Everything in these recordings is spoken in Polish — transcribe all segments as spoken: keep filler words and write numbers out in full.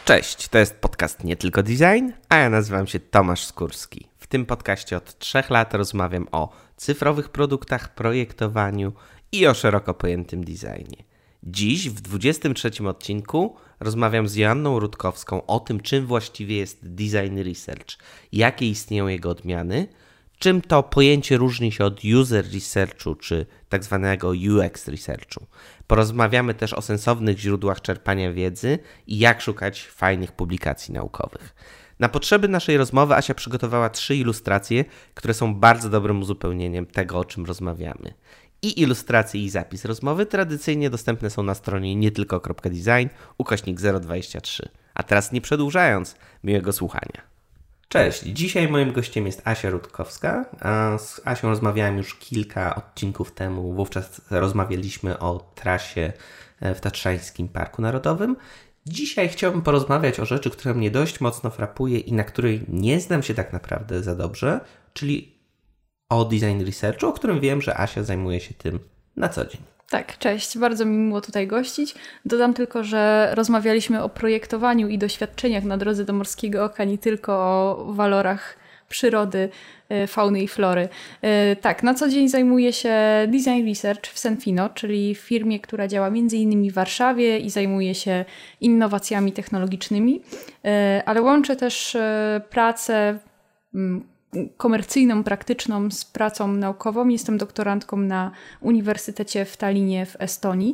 Cześć, to jest podcast Nie Tylko Design, a ja nazywam się Tomasz Skórski. W tym podcaście od trzech lat rozmawiam o cyfrowych produktach, projektowaniu i o szeroko pojętym designie. Dziś w dwudziestym trzecim odcinku rozmawiam z Joanną Rutkowską o tym, czym właściwie jest design research, jakie istnieją jego odmiany, czym to pojęcie różni się od user researchu czy tak zwanego U X researchu. Porozmawiamy też o sensownych źródłach czerpania wiedzy i jak szukać fajnych publikacji naukowych. Na potrzeby naszej rozmowy Asia przygotowała trzy ilustracje, które są bardzo dobrym uzupełnieniem tego, o czym rozmawiamy. I ilustracje i zapis rozmowy tradycyjnie dostępne są na stronie nietylko kropka design ukośnik zero dwadzieścia trzy. A teraz nie przedłużając, miłego słuchania. Cześć, dzisiaj moim gościem jest Asia Rutkowska. Z Asią rozmawiałem już kilka odcinków temu, wówczas rozmawialiśmy o trasie w Tatrzańskim Parku Narodowym. Dzisiaj chciałbym porozmawiać o rzeczy, która mnie dość mocno frapuje i na której nie znam się tak naprawdę za dobrze, czyli o design researchu, o którym wiem, że Asia zajmuje się tym na co dzień. Tak, cześć. Bardzo mi miło tutaj gościć. Dodam tylko, że rozmawialiśmy o projektowaniu i doświadczeniach na drodze do Morskiego Oka, nie tylko o walorach przyrody, fauny i flory. Tak, na co dzień zajmuję się design research w Senfino, czyli w firmie, która działa między innymi w Warszawie i zajmuje się innowacjami technologicznymi, ale łączę też pracę komercyjną, praktyczną z pracą naukową. Jestem doktorantką na Uniwersytecie w Tallinie w Estonii.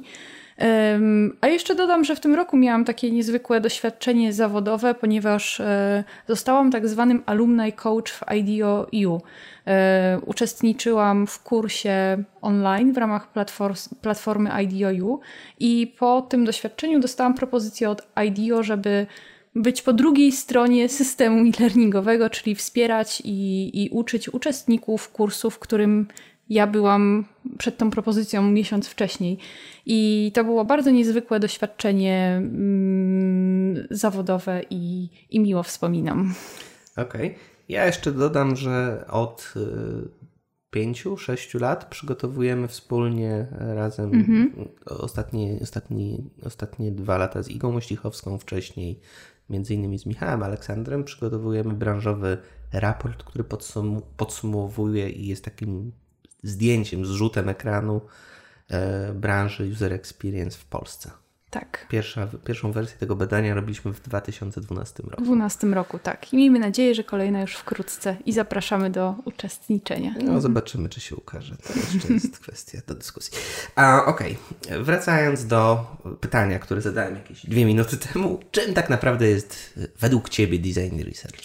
A jeszcze dodam, że w tym roku miałam takie niezwykłe doświadczenie zawodowe, ponieważ zostałam tak zwanym alumni coach w I D O U. Uczestniczyłam w kursie online w ramach platform, platformy I D O U i po tym doświadczeniu dostałam propozycję od I D O, żeby być po drugiej stronie systemu e-learningowego, czyli wspierać i, i uczyć uczestników kursu, w którym ja byłam przed tą propozycją miesiąc wcześniej. I to było bardzo niezwykłe doświadczenie mm, zawodowe i, i miło wspominam. Okej. Okay. Ja jeszcze dodam, że od y, pięciu, sześciu lat przygotowujemy wspólnie razem mm-hmm. ostatnie, ostatnie, ostatnie dwa lata z Igą Mościchowską, wcześniej między innymi z Michałem Aleksandrem przygotowujemy branżowy raport, który podsum- podsumowuje i jest takim zdjęciem, zrzutem ekranu e, branży User Experience w Polsce. Tak. Pierwsza, pierwszą wersję tego badania robiliśmy w dwa tysiące dwunastym roku. W dwunastym roku, tak. I miejmy nadzieję, że kolejna już wkrótce i zapraszamy do uczestniczenia. No zobaczymy, czy się ukaże. To jeszcze jest kwestia do dyskusji. A, okej, okay. Wracając do pytania, które zadałem jakieś dwie minuty temu. Czym tak naprawdę jest według Ciebie design research?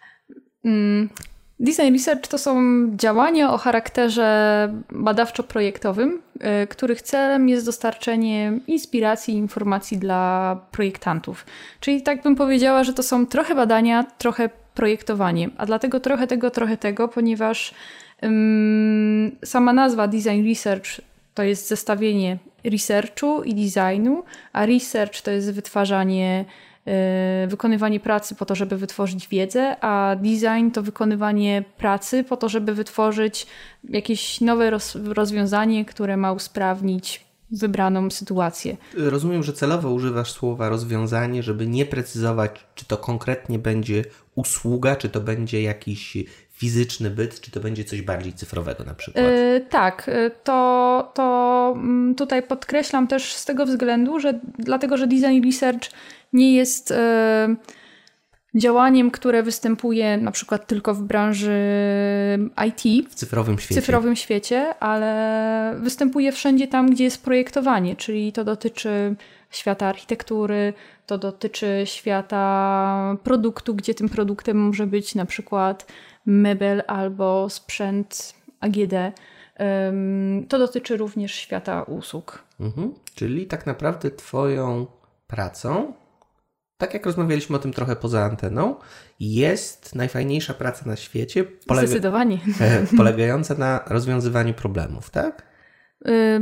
Mm. Design research to są działania o charakterze badawczo-projektowym, yy, których celem jest dostarczenie inspiracji i informacji dla projektantów. Czyli tak bym powiedziała, że to są trochę badania, trochę projektowanie. A dlatego trochę tego, trochę tego, ponieważ yy, sama nazwa design research to jest zestawienie researchu i designu, a research to jest wytwarzanie wykonywanie pracy po to, żeby wytworzyć wiedzę, a design to wykonywanie pracy po to, żeby wytworzyć jakieś nowe roz- rozwiązanie, które ma usprawnić wybraną sytuację. Rozumiem, że celowo używasz słowa rozwiązanie, żeby nie precyzować, czy to konkretnie będzie usługa, czy to będzie jakiś fizyczny byt, czy to będzie coś bardziej cyfrowego na przykład. Yy, tak, to, to tutaj podkreślam też z tego względu, że dlatego, że design research nie jest e, działaniem, które występuje na przykład tylko w branży I T. W cyfrowym świecie. W cyfrowym świecie, ale występuje wszędzie tam, gdzie jest projektowanie, czyli to dotyczy świata architektury, to dotyczy świata produktu, gdzie tym produktem może być na przykład mebel albo sprzęt A G D. Um, to dotyczy również świata usług. Mhm. Czyli tak naprawdę Twoją pracą, tak jak rozmawialiśmy o tym trochę poza anteną, jest najfajniejsza praca na świecie. Polega- Zdecydowanie. Polegająca na rozwiązywaniu problemów, tak? Y-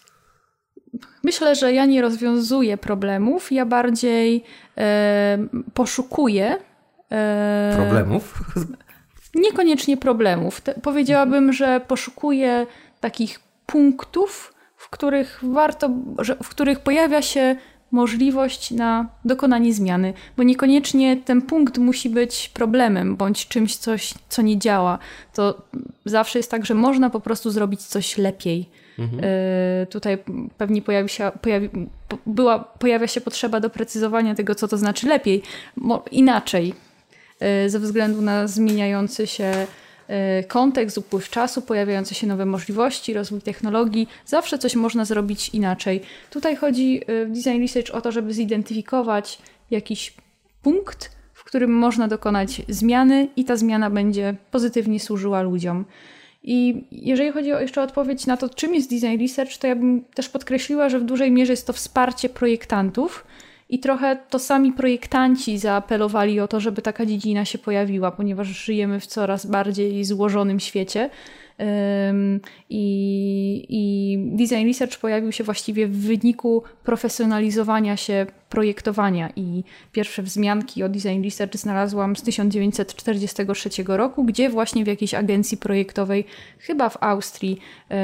Myślę, że ja nie rozwiązuję problemów, ja bardziej e, poszukuję e, problemów. Niekoniecznie problemów. Te, powiedziałabym, że poszukuję takich punktów, w których warto, że, w których pojawia się możliwość na dokonanie zmiany, bo niekoniecznie ten punkt musi być problemem bądź czymś, coś, co nie działa. To zawsze jest tak, że można po prostu zrobić coś lepiej. Mhm. Y, tutaj pewnie pojawi się, pojawi, była, pojawia się potrzeba doprecyzowania tego, co to znaczy lepiej, Mo, inaczej, y, ze względu na zmieniający się kontekst, upływ czasu, pojawiające się nowe możliwości, rozwój technologii. Zawsze coś można zrobić inaczej. Tutaj chodzi w Design Research o to, żeby zidentyfikować jakiś punkt, w którym można dokonać zmiany i ta zmiana będzie pozytywnie służyła ludziom. I jeżeli chodzi o jeszcze odpowiedź na to, czym jest Design Research, to ja bym też podkreśliła, że w dużej mierze jest to wsparcie projektantów. I trochę to sami projektanci zaapelowali o to, żeby taka dziedzina się pojawiła, ponieważ żyjemy w coraz bardziej złożonym świecie. I, i Design Research pojawił się właściwie w wyniku profesjonalizowania się projektowania i pierwsze wzmianki o Design Research znalazłam z tysiąc dziewięćset czterdziestego trzeciego roku, gdzie właśnie w jakiejś agencji projektowej, chyba w Austrii,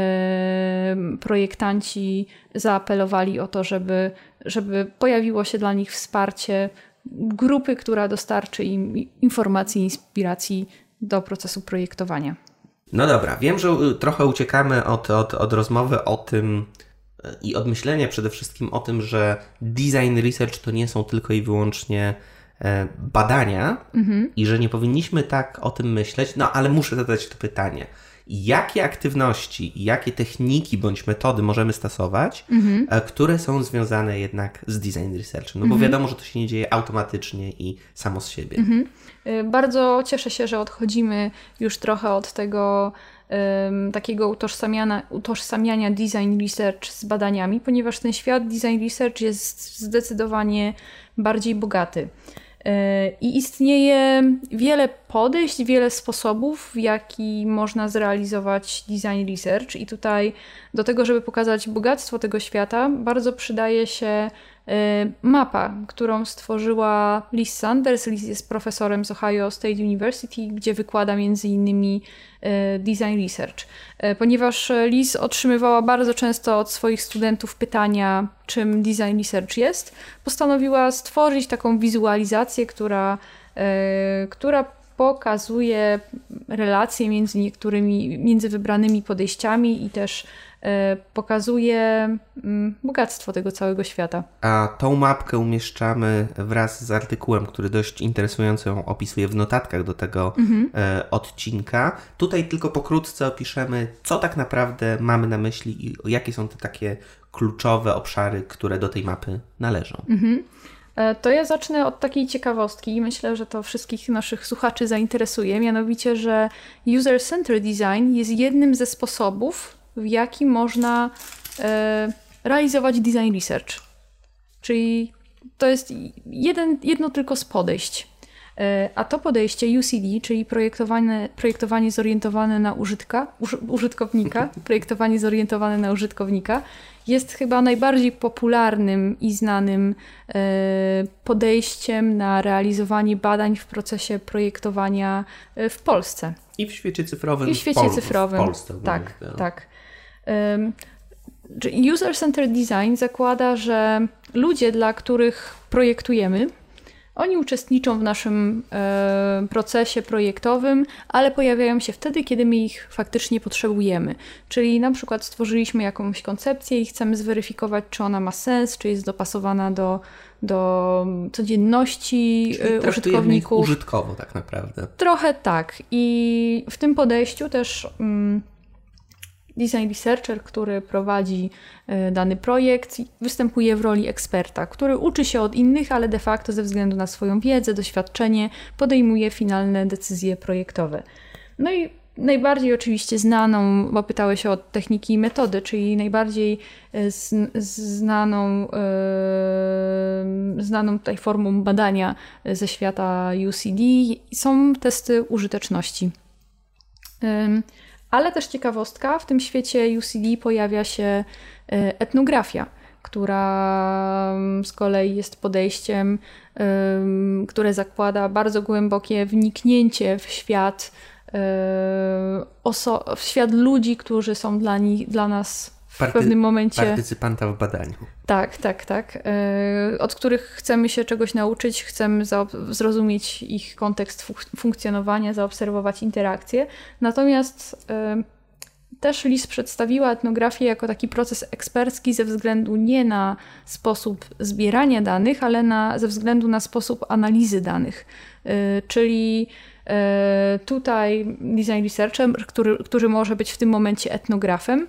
projektanci zaapelowali o to, żeby, żeby pojawiło się dla nich wsparcie grupy, która dostarczy im informacji i inspiracji do procesu projektowania. No dobra, wiem, że trochę uciekamy od, od, od rozmowy o tym i od myślenia przede wszystkim o tym, że design research to nie są tylko i wyłącznie badania mhm. i że nie powinniśmy tak o tym myśleć, no ale muszę zadać to pytanie. Jakie aktywności, jakie techniki bądź metody możemy stosować, mhm. które są związane jednak z design researchem? No bo mhm. wiadomo, że to się nie dzieje automatycznie i samo z siebie. Mhm. Bardzo cieszę się, że odchodzimy już trochę od tego um, takiego utożsamiania, utożsamiania design research z badaniami, ponieważ ten świat design research jest zdecydowanie bardziej bogaty. I istnieje wiele podejść, wiele sposobów, w jaki można zrealizować design research. I tutaj do tego, żeby pokazać bogactwo tego świata, bardzo przydaje się mapa, którą stworzyła Liz Sanders. Liz jest profesorem z Ohio State University, gdzie wykłada między innymi design research. Ponieważ Liz otrzymywała bardzo często od swoich studentów pytania, czym design research jest, postanowiła stworzyć taką wizualizację, która, która pokazuje relacje między niektórymi, między wybranymi podejściami i też pokazuje bogactwo tego całego świata. A tą mapkę umieszczamy wraz z artykułem, który dość interesująco ją opisuje w notatkach do tego mhm. odcinka. Tutaj tylko pokrótce opiszemy, co tak naprawdę mamy na myśli i jakie są te takie kluczowe obszary, które do tej mapy należą. Mhm. To ja zacznę od takiej ciekawostki i myślę, że to wszystkich naszych słuchaczy zainteresuje, mianowicie, że user-centered design jest jednym ze sposobów, w jaki można e, realizować design research. Czyli to jest jeden, jedno tylko z podejść. E, a to podejście U C D, czyli projektowanie, projektowanie zorientowane na użytka, uż, użytkownika, projektowanie zorientowane na użytkownika, jest chyba najbardziej popularnym i znanym e, podejściem na realizowanie badań w procesie projektowania w Polsce. I w świecie cyfrowym. I w świecie w Pol- cyfrowym. W Polsce. Tak, no. tak. Um, user-centered design zakłada, że ludzie, dla których projektujemy, oni uczestniczą w naszym e, procesie projektowym, ale pojawiają się wtedy, kiedy my ich faktycznie potrzebujemy. Czyli na przykład stworzyliśmy jakąś koncepcję i chcemy zweryfikować, czy ona ma sens, czy jest dopasowana do, do codzienności Czyli użytkowników. Użytkowo tak naprawdę. Trochę tak. I w tym podejściu też mm, design researcher, który prowadzi y, dany projekt, występuje w roli eksperta, który uczy się od innych, ale de facto ze względu na swoją wiedzę, doświadczenie podejmuje finalne decyzje projektowe. No i najbardziej oczywiście znaną, bo pytałeś o techniki i metody, czyli najbardziej z, znaną, yy, znaną tutaj formą badania ze świata U C D są testy użyteczności. Yy, Ale też ciekawostka, w tym świecie U C D pojawia się etnografia, która z kolei jest podejściem, które zakłada bardzo głębokie wniknięcie w świat, oso- w świat ludzi, którzy są dla, nich, dla nas w Party, pewnym momencie... Partycypanta w badaniu. Tak, tak, tak. Yy, od których chcemy się czegoś nauczyć, chcemy zaob- zrozumieć ich kontekst fuk- funkcjonowania, zaobserwować interakcje. Natomiast yy, też Liz przedstawiła etnografię jako taki proces ekspercki ze względu nie na sposób zbierania danych, ale na, ze względu na sposób analizy danych. Yy, czyli yy, tutaj design researcher, który, który może być w tym momencie etnografem,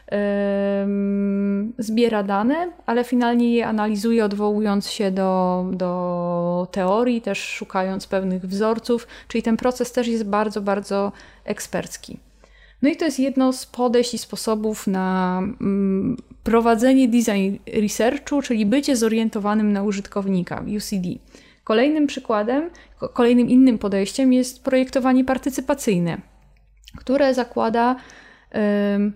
zbiera dane, ale finalnie je analizuje, odwołując się do, do teorii, też szukając pewnych wzorców, czyli ten proces też jest bardzo, bardzo ekspercki. No i to jest jedno z podejść i sposobów na mm, prowadzenie design researchu, czyli bycie zorientowanym na użytkownika, U C D. Kolejnym przykładem, kolejnym innym podejściem jest projektowanie partycypacyjne, które zakłada ym,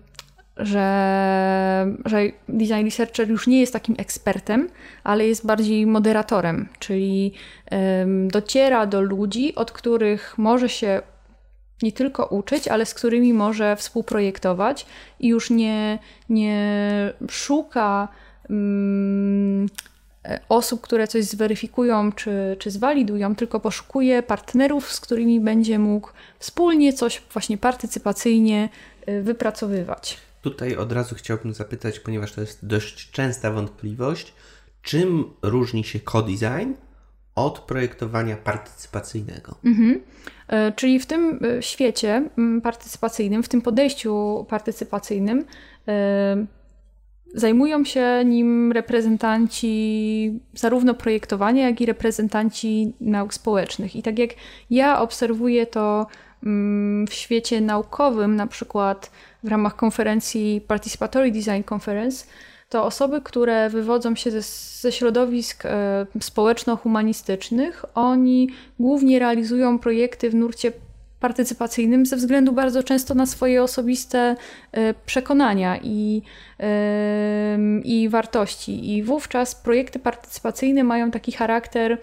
Że, że design researcher już nie jest takim ekspertem, ale jest bardziej moderatorem, czyli um, dociera do ludzi, od których może się nie tylko uczyć, ale z którymi może współprojektować i już nie, nie szuka um, osób, które coś zweryfikują czy, czy zwalidują, tylko poszukuje partnerów, z którymi będzie mógł wspólnie coś właśnie partycypacyjnie wypracowywać. Tutaj od razu chciałbym zapytać, ponieważ to jest dość częsta wątpliwość, czym różni się co-design od projektowania partycypacyjnego? Mhm. E, czyli w tym świecie partycypacyjnym, w tym podejściu partycypacyjnym e, zajmują się nim reprezentanci zarówno projektowania, jak i reprezentanci nauk społecznych. I tak jak ja obserwuję to w świecie naukowym, na przykład w ramach konferencji Participatory Design Conference, to osoby, które wywodzą się ze, ze środowisk e, społeczno-humanistycznych, oni głównie realizują projekty w nurcie partycypacyjnym ze względu bardzo często na swoje osobiste e, przekonania i, e, i wartości. I wówczas projekty partycypacyjne mają taki charakter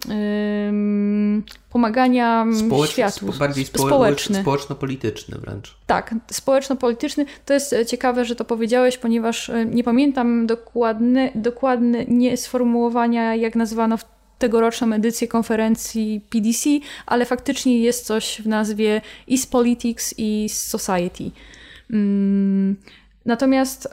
Ym, pomagania Społecz, światu. Bardziej spo, społeczny. Społeczno-polityczny wręcz. Tak, społeczno-polityczny. To jest ciekawe, że to powiedziałeś, ponieważ nie pamiętam dokładne, dokładne nie sformułowania, jak nazwano w tegoroczną edycję konferencji P D C, ale faktycznie jest coś w nazwie is politics i society. Ym, natomiast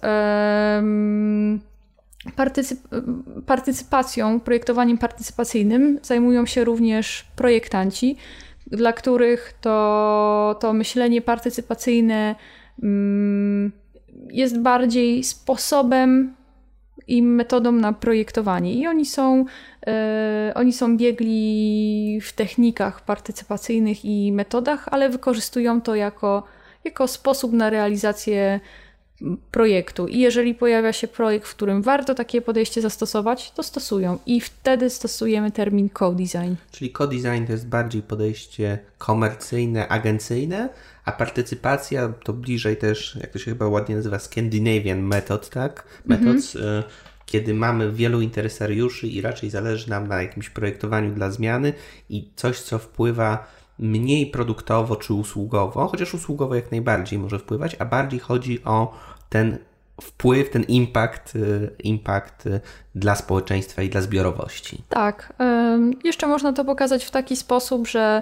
ym, Partycyp- partycypacją, projektowaniem partycypacyjnym zajmują się również projektanci, dla których to, to myślenie partycypacyjne mm, jest bardziej sposobem i metodą na projektowanie. I oni są, e, oni są biegli w technikach partycypacyjnych i metodach, ale wykorzystują to jako, jako sposób na realizację projektu. I jeżeli pojawia się projekt, w którym warto takie podejście zastosować, to stosują. I wtedy stosujemy termin co-design. Czyli co-design to jest bardziej podejście komercyjne, agencyjne, a partycypacja to bliżej też, jak to się chyba ładnie nazywa, Scandinavian method, tak? Methods, mhm. Kiedy mamy wielu interesariuszy i raczej zależy nam na jakimś projektowaniu dla zmiany i coś, co wpływa mniej produktowo czy usługowo, chociaż usługowo jak najbardziej może wpływać, a bardziej chodzi o ten wpływ, ten impact, impact dla społeczeństwa i dla zbiorowości. Tak. Jeszcze można to pokazać w taki sposób, że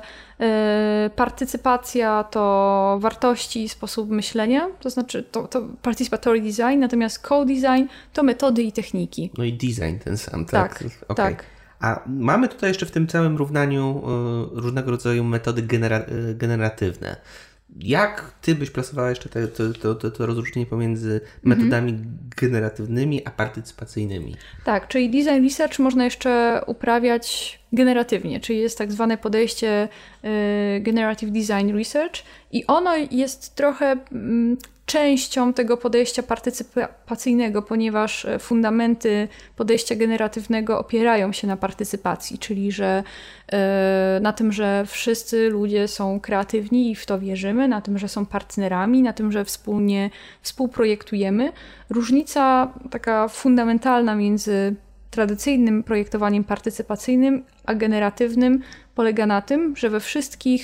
partycypacja to wartości i sposób myślenia, to znaczy to, to participatory design, natomiast co-design to metody i techniki. No i design ten sam, tak? Tak, okay. tak. A mamy tutaj jeszcze w tym całym równaniu y, różnego rodzaju metody genera- y, generatywne. Jak ty byś plasowała jeszcze te, to, to, to, to rozróżnienie pomiędzy metodami mhm. generatywnymi a partycypacyjnymi? Tak, czyli design research można jeszcze uprawiać generatywnie, czyli jest tak zwane podejście y, generative design research i ono jest trochę y, częścią tego podejścia partycypacyjnego, ponieważ fundamenty podejścia generatywnego opierają się na partycypacji, czyli że y, na tym, że wszyscy ludzie są kreatywni i w to wierzymy, na tym, że są partnerami, na tym, że wspólnie współprojektujemy. Różnica taka fundamentalna między tradycyjnym projektowaniem partycypacyjnym a generatywnym polega na tym, że we wszystkich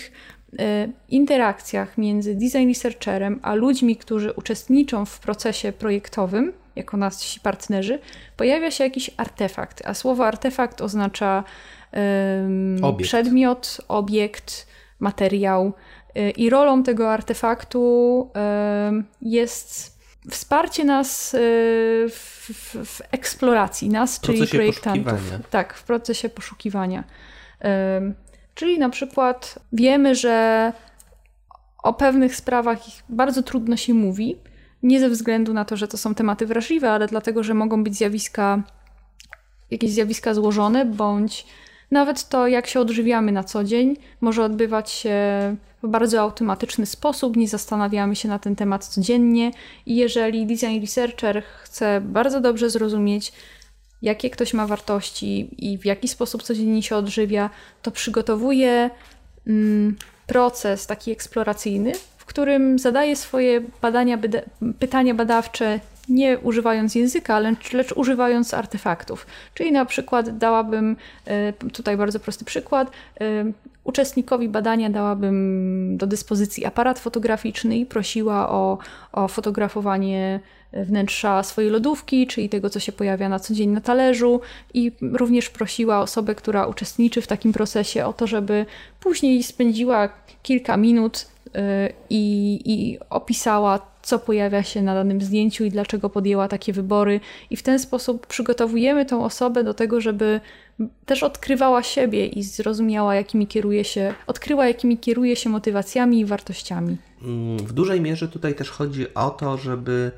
interakcjach między design researcherem a ludźmi, którzy uczestniczą w procesie projektowym, jako nasi partnerzy, pojawia się jakiś artefakt, a słowo artefakt oznacza um, obiekt. przedmiot, obiekt, materiał i rolą tego artefaktu um, jest wsparcie nas w, w, w eksploracji, nas, czyli projektantów. Tak, w procesie poszukiwania. Um, czyli na przykład wiemy, że o pewnych sprawach bardzo trudno się mówi, nie ze względu na to, że to są tematy wrażliwe, ale dlatego, że mogą być zjawiska, jakieś zjawiska złożone, bądź nawet to, jak się odżywiamy na co dzień, może odbywać się w bardzo automatyczny sposób, nie zastanawiamy się na ten temat codziennie i jeżeli design researcher chce bardzo dobrze zrozumieć, jakie ktoś ma wartości i w jaki sposób codziennie się odżywia, to przygotowuje mm, proces taki eksploracyjny, w którym zadaje swoje badania, bada- pytania badawcze nie używając języka, lecz, lecz używając artefaktów. Czyli na przykład dałabym, tutaj bardzo prosty przykład, uczestnikowi badania dałabym do dyspozycji aparat fotograficzny i prosiła o, o fotografowanie wnętrza swojej lodówki, czyli tego, co się pojawia na co dzień na talerzu i również prosiła osobę, która uczestniczy w takim procesie o to, żeby później spędziła kilka minut i, i opisała, co pojawia się na danym zdjęciu i dlaczego podjęła takie wybory. I w ten sposób przygotowujemy tą osobę do tego, żeby też odkrywała siebie i zrozumiała, jakimi kieruje się, odkryła, jakimi kieruje się motywacjami i wartościami. W dużej mierze tutaj też chodzi o to, żeby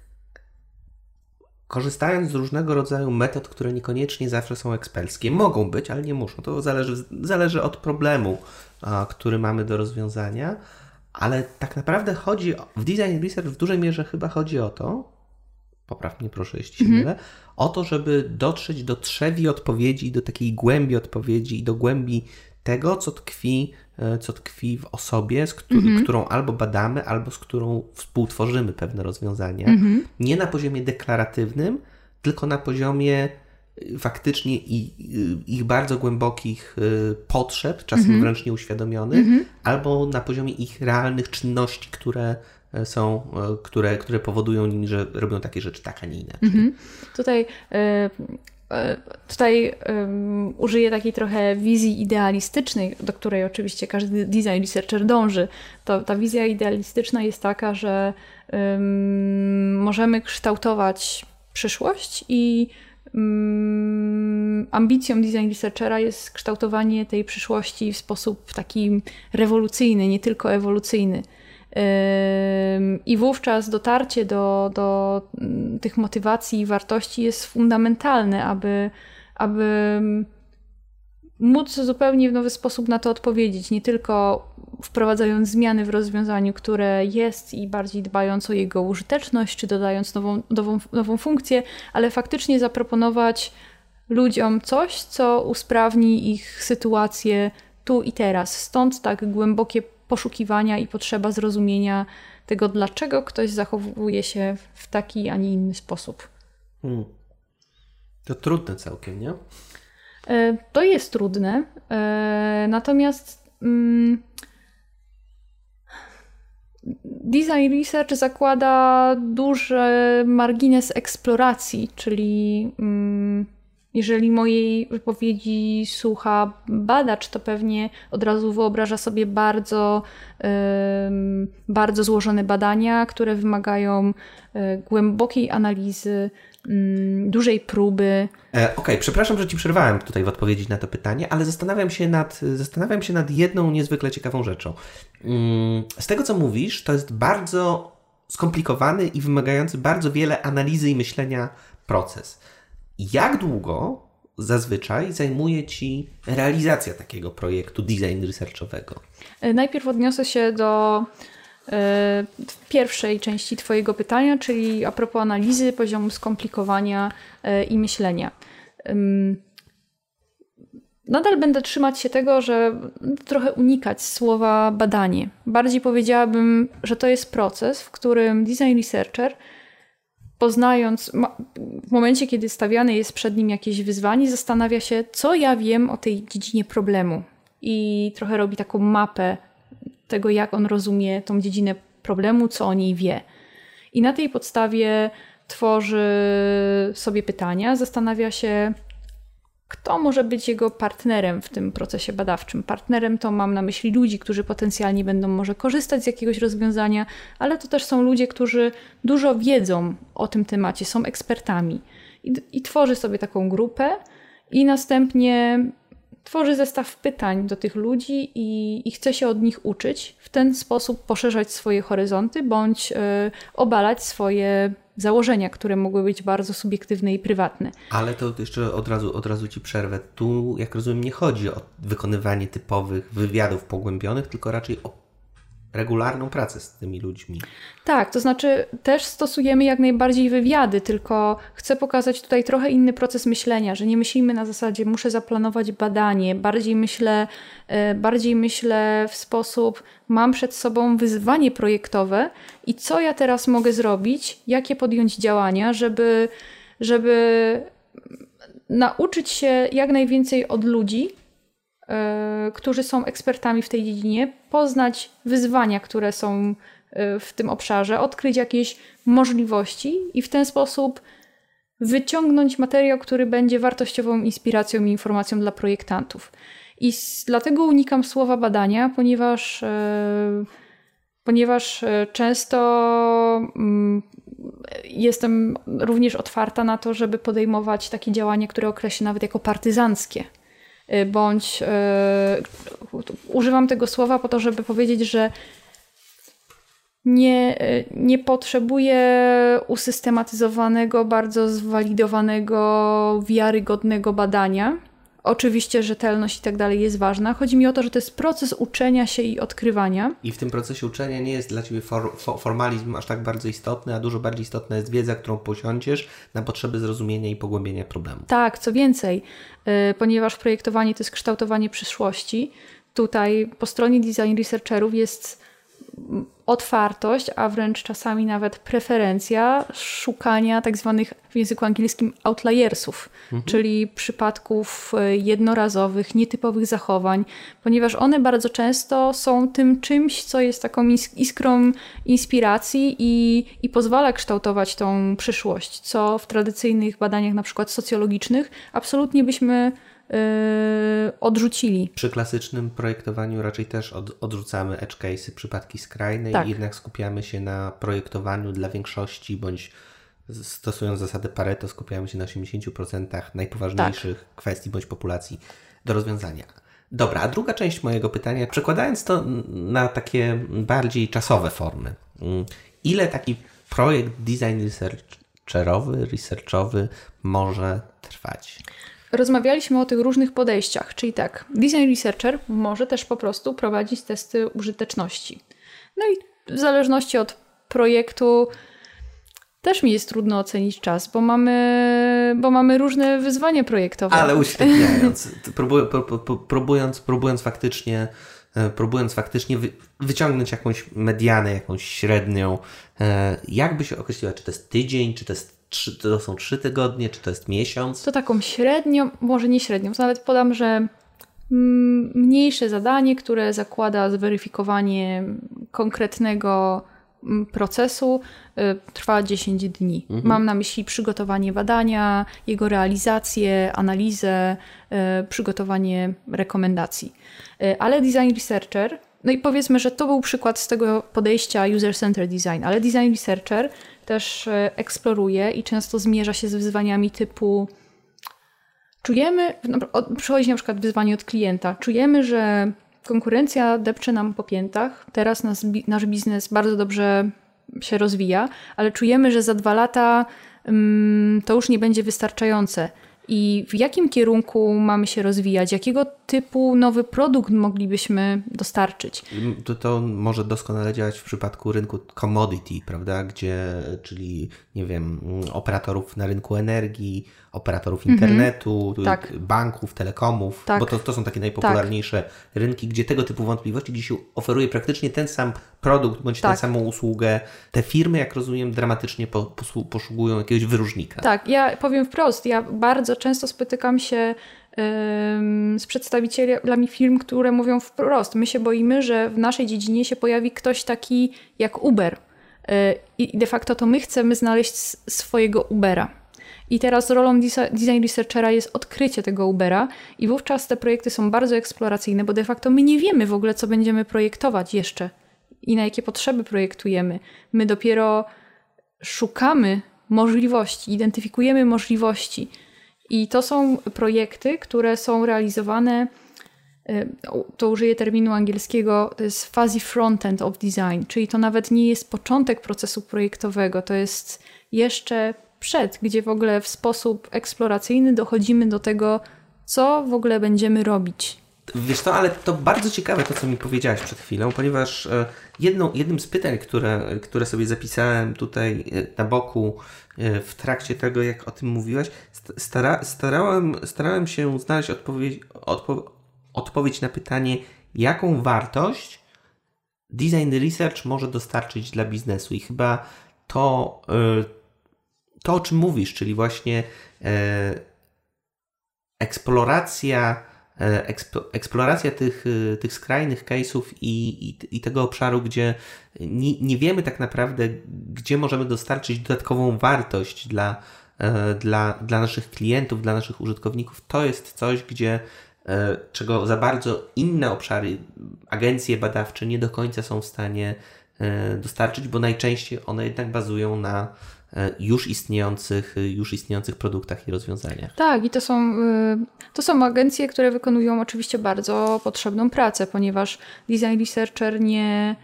korzystając z różnego rodzaju metod, które niekoniecznie zawsze są eksperckie, mogą być, ale nie muszą. To zależy, zależy od problemu, a, który mamy do rozwiązania, ale tak naprawdę chodzi, o, w design research w dużej mierze chyba chodzi o to, popraw mnie proszę, jeśli się mylę, mm-hmm. o to, żeby dotrzeć do trzewi odpowiedzi, do takiej głębi odpowiedzi i do głębi tego, co tkwi, co tkwi w osobie, z któ- mm-hmm. którą albo badamy, albo z którą współtworzymy pewne rozwiązania. Mm-hmm. Nie na poziomie deklaratywnym, tylko na poziomie faktycznie ich bardzo głębokich potrzeb, czasem mm-hmm. wręcz nieuświadomionych, mm-hmm. albo na poziomie ich realnych czynności, które są, które, które powodują nimi, że robią takie rzeczy tak, a nie inaczej. Mm-hmm. Tutaj y- Tutaj um, użyję takiej trochę wizji idealistycznej, do której oczywiście każdy design researcher dąży. To, ta wizja idealistyczna jest taka, że um, możemy kształtować przyszłość i um, ambicją design researchera jest kształtowanie tej przyszłości w sposób taki rewolucyjny, nie tylko ewolucyjny. I wówczas dotarcie do, do tych motywacji i wartości jest fundamentalne, aby, aby móc zupełnie w nowy sposób na to odpowiedzieć. Nie tylko wprowadzając zmiany w rozwiązaniu, które jest i bardziej dbając o jego użyteczność, czy dodając nową, nową, nową funkcję, ale faktycznie zaproponować ludziom coś, co usprawni ich sytuację tu i teraz. Stąd tak głębokie poszukiwania i potrzeba zrozumienia tego, dlaczego ktoś zachowuje się w taki, a nie inny sposób. Hmm. To trudne całkiem, nie? To jest trudne, natomiast mm, design research zakłada duży margines eksploracji, czyli mm, jeżeli mojej wypowiedzi słucha badacz, to pewnie od razu wyobraża sobie bardzo, um, bardzo złożone badania, które wymagają um, głębokiej analizy, um, dużej próby. E, Okej, okay. Przepraszam, że Ci przerwałem tutaj w odpowiedzi na to pytanie, ale zastanawiam się nad, zastanawiam się nad jedną niezwykle ciekawą rzeczą. Um, z tego, co mówisz, to jest bardzo skomplikowany i wymagający bardzo wiele analizy i myślenia proces. Jak długo zazwyczaj zajmuje Ci realizacja takiego projektu design researchowego? Najpierw odniosę się do y, pierwszej części Twojego pytania, czyli a propos analizy, poziomu skomplikowania y, i myślenia. Y, nadal będę trzymać się tego, że trochę unikać słowa badanie. Bardziej powiedziałabym, że to jest proces, w którym design researcher poznając, w momencie, kiedy stawiane jest przed nim jakieś wyzwanie, zastanawia się, co ja wiem o tej dziedzinie problemu i trochę robi taką mapę tego, jak on rozumie tą dziedzinę problemu, co o niej wie. I na tej podstawie tworzy sobie pytania, zastanawia się, kto może być jego partnerem w tym procesie badawczym. Partnerem to mam na myśli ludzi, którzy potencjalnie będą może korzystać z jakiegoś rozwiązania, ale to też są ludzie, którzy dużo wiedzą o tym temacie, są ekspertami. I, i tworzy sobie taką grupę i następnie tworzy zestaw pytań do tych ludzi i, i chce się od nich uczyć. W ten sposób poszerzać swoje horyzonty bądź y, obalać swoje założenia, które mogły być bardzo subiektywne i prywatne. Ale to jeszcze od razu, od razu Ci przerwę. Tu, jak rozumiem, nie chodzi o wykonywanie typowych wywiadów pogłębionych, tylko raczej o regularną pracę z tymi ludźmi. Tak, to znaczy też stosujemy jak najbardziej wywiady, tylko chcę pokazać tutaj trochę inny proces myślenia, że nie myślimy na zasadzie muszę zaplanować badanie, bardziej myślę, bardziej myślę w sposób mam przed sobą wyzwanie projektowe i co ja teraz mogę zrobić, jakie podjąć działania, żeby, żeby nauczyć się jak najwięcej od ludzi, którzy są ekspertami w tej dziedzinie, poznać wyzwania, które są w tym obszarze, odkryć jakieś możliwości i w ten sposób wyciągnąć materiał, który będzie wartościową inspiracją i informacją dla projektantów. I z, dlatego unikam słowa badania, ponieważ, e, ponieważ często mm, jestem również otwarta na to, żeby podejmować takie działania, które określę nawet jako partyzanckie. Bądź e, używam tego słowa po to, żeby powiedzieć, że nie, nie potrzebuję usystematyzowanego, bardzo zwalidowanego, wiarygodnego badania. Oczywiście rzetelność i tak dalej jest ważna. Chodzi mi o to, że to jest proces uczenia się i odkrywania. I w tym procesie uczenia nie jest dla Ciebie for, for, formalizm aż tak bardzo istotny, a dużo bardziej istotna jest wiedza, którą posiądziesz na potrzeby zrozumienia i pogłębienia problemu. Tak, co więcej, yy, ponieważ projektowanie to jest kształtowanie przyszłości, tutaj po stronie design researcherów jest otwartość, a wręcz czasami nawet preferencja szukania tak zwanych w języku angielskim outliersów, mhm. czyli przypadków jednorazowych, nietypowych zachowań, ponieważ one bardzo często są tym czymś, co jest taką iskrą inspiracji i, i pozwala kształtować tą przyszłość, co w tradycyjnych badaniach na przykład socjologicznych absolutnie byśmy Yy, odrzucili. Przy klasycznym projektowaniu raczej też od, odrzucamy edge case'y, przypadki skrajne tak. i jednak skupiamy się na projektowaniu dla większości, bądź stosując zasadę Pareto skupiamy się na osiemdziesiąt procent najpoważniejszych tak. kwestii bądź populacji do rozwiązania. Dobra, a druga część mojego pytania, przekładając to na takie bardziej czasowe formy. Ile taki projekt design researcherowy, researchowy może trwać? Rozmawialiśmy o tych różnych podejściach, czyli tak, design researcher może też po prostu prowadzić testy użyteczności. No i w zależności od projektu też mi jest trudno ocenić czas, bo mamy, bo mamy różne wyzwania projektowe. Ale uśredniając, próbuj, próbując, próbując faktycznie, próbując faktycznie wy, wyciągnąć jakąś medianę, jakąś średnią, jak by się określiła, czy to jest tydzień, czy to jest Trzy, to są trzy tygodnie, czy to jest miesiąc? To taką średnią, może nie średnią, to nawet podam, że mniejsze zadanie, które zakłada zweryfikowanie konkretnego procesu, y, trwa dziesięć dni. Mhm. Mam na myśli przygotowanie badania, jego realizację, analizę, y, przygotowanie rekomendacji. Y, ale design researcher, no i powiedzmy, że to był przykład z tego podejścia user-centered design, ale design researcher też eksploruje i często zmierza się z wyzwaniami typu czujemy, no, przychodzi na przykład wyzwanie od klienta, czujemy, że konkurencja depcze nam po piętach, teraz nas, nasz biznes bardzo dobrze się rozwija, ale czujemy, że za dwa lata um, to już nie będzie wystarczające. I w jakim kierunku mamy się rozwijać? Jakiego typu nowy produkt moglibyśmy dostarczyć? To, to może doskonale działać w przypadku rynku commodity, prawda? Gdzie, czyli nie wiem, operatorów na rynku energii, operatorów internetu, mm-hmm. tak. banków, telekomów, tak. bo to, to są takie najpopularniejsze tak. rynki, gdzie tego typu wątpliwości, gdzie się oferuje praktycznie ten sam produkt bądź tak. tę samą usługę. Te firmy, jak rozumiem, dramatycznie po, posługują jakiegoś wyróżnika. Tak, ja powiem wprost, ja bardzo często spotykam się z przedstawicielami firm, które mówią wprost, my się boimy, że w naszej dziedzinie się pojawi ktoś taki jak Uber i de facto to my chcemy znaleźć swojego Ubera. I teraz rolą design researchera jest odkrycie tego Ubera i wówczas te projekty są bardzo eksploracyjne, bo de facto my nie wiemy w ogóle, co będziemy projektować jeszcze i na jakie potrzeby projektujemy. My dopiero szukamy możliwości, identyfikujemy możliwości. I to są projekty, które są realizowane, to użyję terminu angielskiego, to jest fuzzy frontend of design, czyli to nawet nie jest początek procesu projektowego, to jest jeszcze przed, gdzie w ogóle w sposób eksploracyjny dochodzimy do tego, co w ogóle będziemy robić. Wiesz co, ale to bardzo ciekawe to, co mi powiedziałaś przed chwilą, ponieważ jedną, jednym z pytań, które, które sobie zapisałem tutaj na boku w trakcie tego, jak o tym mówiłaś, stara, starałem, starałem się znaleźć odpowiedź, odpo, odpowiedź na pytanie, jaką wartość design research może dostarczyć dla biznesu. I chyba to, to o czym mówisz, czyli właśnie eksploracja eksploracja tych, tych skrajnych case'ów i, i, i tego obszaru, gdzie nie, nie wiemy tak naprawdę, gdzie możemy dostarczyć dodatkową wartość dla, dla, dla naszych klientów, dla naszych użytkowników, to jest coś, gdzie czego za bardzo inne obszary, agencje badawcze nie do końca są w stanie dostarczyć, bo najczęściej one jednak bazują na już istniejących, już istniejących produktach i rozwiązaniach. Tak, i to są, to są agencje, które wykonują oczywiście bardzo potrzebną pracę, ponieważ design researcher nie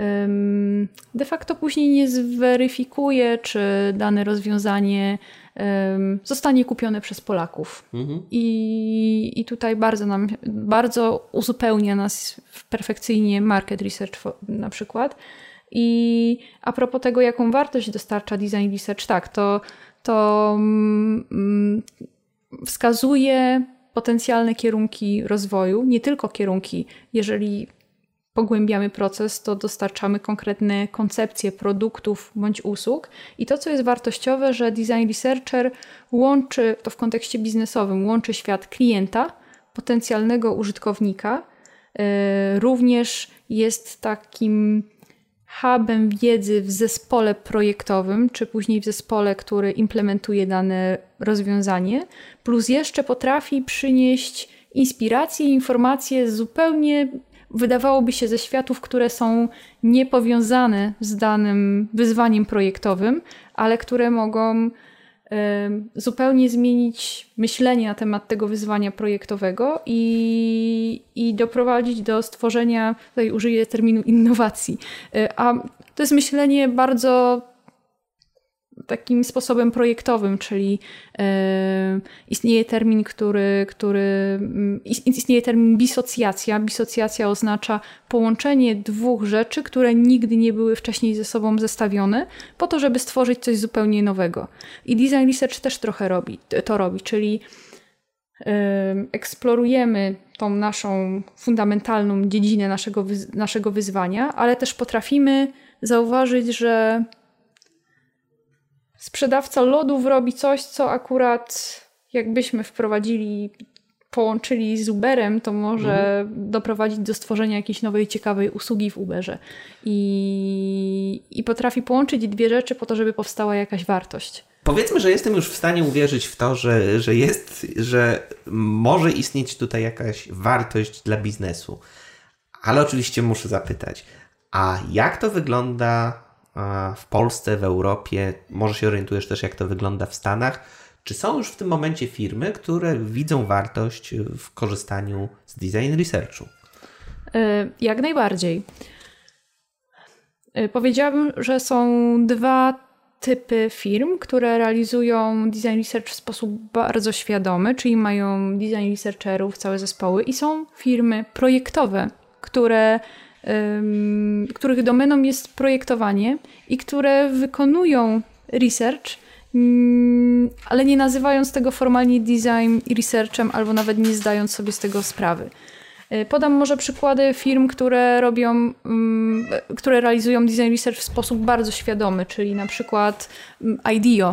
de facto później nie zweryfikuje, czy dane rozwiązanie zostanie kupione przez Polaków. Mhm. I, I tutaj bardzo nam, bardzo uzupełnia nas perfekcyjnie market research na przykład. I a propos tego, jaką wartość dostarcza design research, tak, to, to mm, wskazuje potencjalne kierunki rozwoju, nie tylko kierunki, jeżeli pogłębiamy proces, to dostarczamy konkretne koncepcje produktów bądź usług. I to, co jest wartościowe, że design researcher łączy, to w kontekście biznesowym, łączy świat klienta, potencjalnego użytkownika, yy, również jest takim hubem wiedzy w zespole projektowym, czy później w zespole, który implementuje dane rozwiązanie, plus jeszcze potrafi przynieść inspiracje i informacje zupełnie, wydawałoby się, ze światów, które są niepowiązane z danym wyzwaniem projektowym, ale które mogą y, zupełnie zmienić myślenie na temat tego wyzwania projektowego i, i doprowadzić do stworzenia, tutaj użyję terminu innowacji. Y, a to jest myślenie bardzo takim sposobem projektowym, czyli e, istnieje termin, który, który istnieje termin bisocjacja. Bisocjacja oznacza połączenie dwóch rzeczy, które nigdy nie były wcześniej ze sobą zestawione, po to, żeby stworzyć coś zupełnie nowego. I design research też trochę robi, to robi, czyli e, eksplorujemy tą naszą fundamentalną dziedzinę naszego, naszego wyzwania, ale też potrafimy zauważyć, że sprzedawca lodów robi coś, co akurat jakbyśmy wprowadzili, połączyli z Uberem, to może mhm. doprowadzić do stworzenia jakiejś nowej, ciekawej usługi w Uberze. I, i potrafi połączyć dwie rzeczy po to, żeby powstała jakaś wartość. Powiedzmy, że jestem już w stanie uwierzyć w to, że, że jest, że może istnieć tutaj jakaś wartość dla biznesu. Ale oczywiście muszę zapytać, a jak to wygląda w Polsce, w Europie, może się orientujesz też, jak to wygląda w Stanach. Czy są już w tym momencie firmy, które widzą wartość w korzystaniu z design researchu? Jak najbardziej. Powiedziałabym, że są dwa typy firm, które realizują design research w sposób bardzo świadomy, czyli mają design researcherów, całe zespoły, i są firmy projektowe, które których domeną jest projektowanie i które wykonują research, ale nie nazywając tego formalnie design researchem albo nawet nie zdając sobie z tego sprawy. Podam może przykłady firm, które robią, które realizują design research w sposób bardzo świadomy, czyli na przykład IDEO.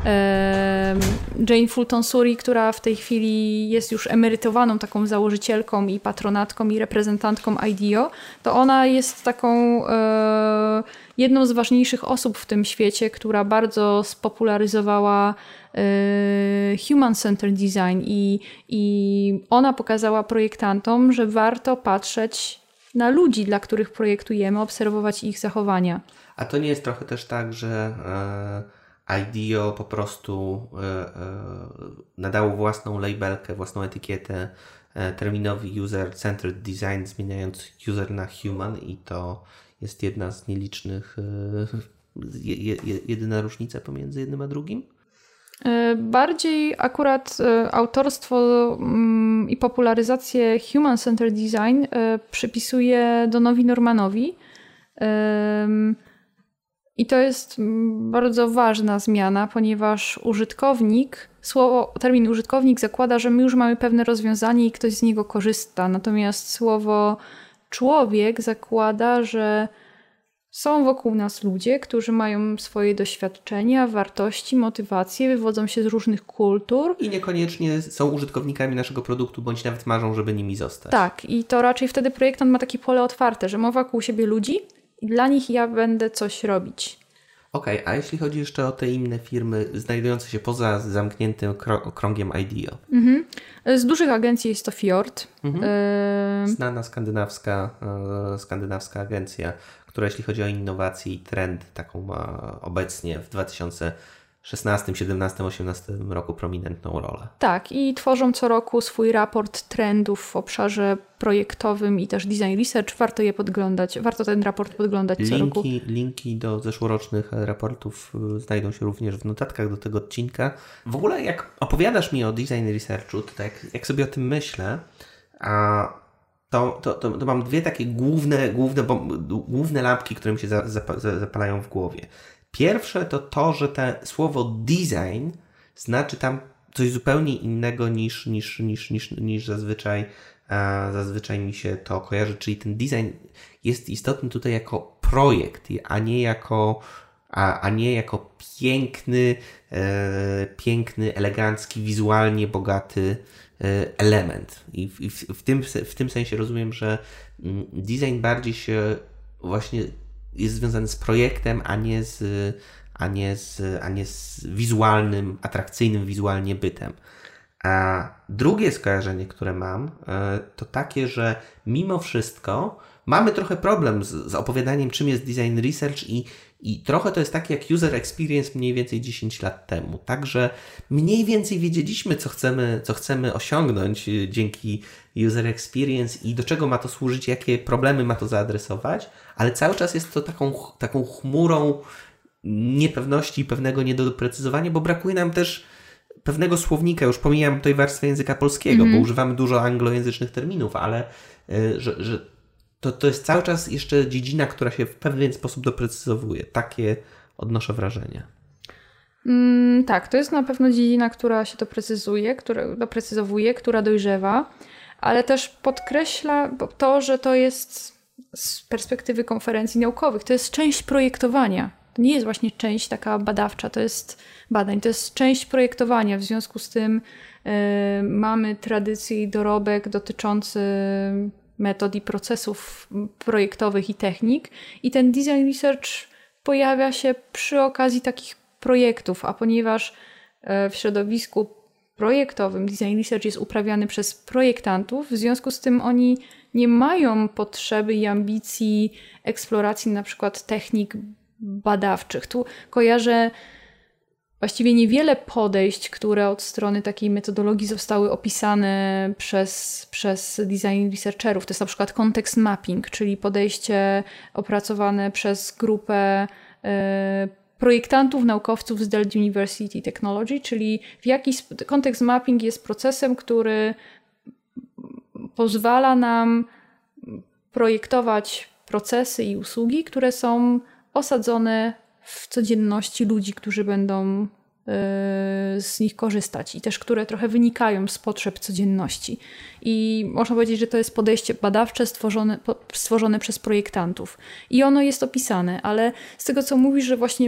Jane Fulton-Suri, która w tej chwili jest już emerytowaną taką założycielką i patronatką i reprezentantką IDEO, to ona jest taką jedną z ważniejszych osób w tym świecie, która bardzo spopularyzowała human-centered design i, i ona pokazała projektantom, że warto patrzeć na ludzi, dla których projektujemy, obserwować ich zachowania. A to nie jest trochę też tak, że IDEO po prostu nadało własną labelkę, własną etykietę terminowi user-centered design, zmieniając user na human, i to jest jedna z nielicznych, jedyna różnica pomiędzy jednym a drugim? Bardziej akurat autorstwo i popularyzację human-centered design przypisuje Donowi Normanowi. I to jest bardzo ważna zmiana, ponieważ użytkownik, słowo, termin użytkownik zakłada, że my już mamy pewne rozwiązanie i ktoś z niego korzysta. Natomiast słowo człowiek zakłada, że są wokół nas ludzie, którzy mają swoje doświadczenia, wartości, motywacje, wywodzą się z różnych kultur. I niekoniecznie są użytkownikami naszego produktu, bądź nawet marzą, żeby nimi zostać. Tak, i to raczej wtedy projektant ma takie pole otwarte, że ma wokół siebie ludzi i dla nich ja będę coś robić. Okej, okay, a jeśli chodzi jeszcze o te inne firmy znajdujące się poza zamkniętym okrągiem IDEO? Mhm. Z dużych agencji jest to Fjord. Mhm. Y... Znana skandynawska, e, skandynawska agencja, która jeśli chodzi o innowacje i trend, taką ma obecnie w dwa tysiące szesnastym, siedemnastym, osiemnastym roku prominentną rolę. Tak, i tworzą co roku swój raport trendów w obszarze projektowym i też design research. Warto je podglądać, warto ten raport podglądać co linki, roku. Linki do zeszłorocznych raportów znajdą się również w notatkach do tego odcinka. W ogóle jak opowiadasz mi o design researchu, to tak jak sobie o tym myślę, a To, to, to, to mam dwie takie główne, główne, główne lampki, które mi się za, za, zapalają w głowie. Pierwsze to to, że to słowo design znaczy tam coś zupełnie innego niż, niż, niż, niż, niż zazwyczaj, a zazwyczaj mi się to kojarzy. Czyli ten design jest istotny tutaj jako projekt, a nie jako, a, a nie jako piękny, e, piękny, elegancki, wizualnie bogaty element. I w, w, w, tym, w tym sensie rozumiem, że design bardziej się właśnie jest związany z projektem, a nie z, a nie z, a nie z wizualnym, atrakcyjnym wizualnie bytem. A drugie skojarzenie, które mam, to takie, że mimo wszystko mamy trochę problem z, z opowiadaniem, czym jest design research i, i trochę to jest tak jak user experience mniej więcej dziesięć lat temu. Także mniej więcej wiedzieliśmy, co chcemy, co chcemy osiągnąć dzięki user experience i do czego ma to służyć, jakie problemy ma to zaadresować, ale cały czas jest to taką, taką chmurą niepewności i pewnego niedoprecyzowania, bo brakuje nam też pewnego słownika. Już pomijam tutaj warstwę języka polskiego, mm-hmm. bo używamy dużo anglojęzycznych terminów, ale y, że, że To, to jest cały czas jeszcze dziedzina, która się w pewien sposób doprecyzowuje. Takie odnoszę wrażenie. Mm, tak, to jest na pewno dziedzina, która się doprecyzuje, która, doprecyzowuje, która dojrzewa, ale też podkreśla to, że to jest z perspektywy konferencji naukowych, to jest część projektowania. To nie jest właśnie część taka badawcza, to jest badań, to jest część projektowania. W związku z tym yy, mamy tradycję i dorobek dotyczący metod i procesów projektowych i technik. I ten design research pojawia się przy okazji takich projektów, a ponieważ w środowisku projektowym design research jest uprawiany przez projektantów, w związku z tym oni nie mają potrzeby i ambicji eksploracji na przykład technik badawczych. Tu kojarzę właściwie niewiele podejść, które od strony takiej metodologii zostały opisane przez, przez design researcherów. To jest na przykład context mapping, czyli podejście opracowane przez grupę e, projektantów, naukowców z Delft University Technology, czyli w jaki sp- context mapping jest procesem, który pozwala nam projektować procesy i usługi, które są osadzone w codzienności ludzi, którzy będą z nich korzystać i też które trochę wynikają z potrzeb codzienności. I można powiedzieć, że to jest podejście badawcze stworzone, stworzone przez projektantów. I ono jest opisane, ale z tego, co mówisz, że właśnie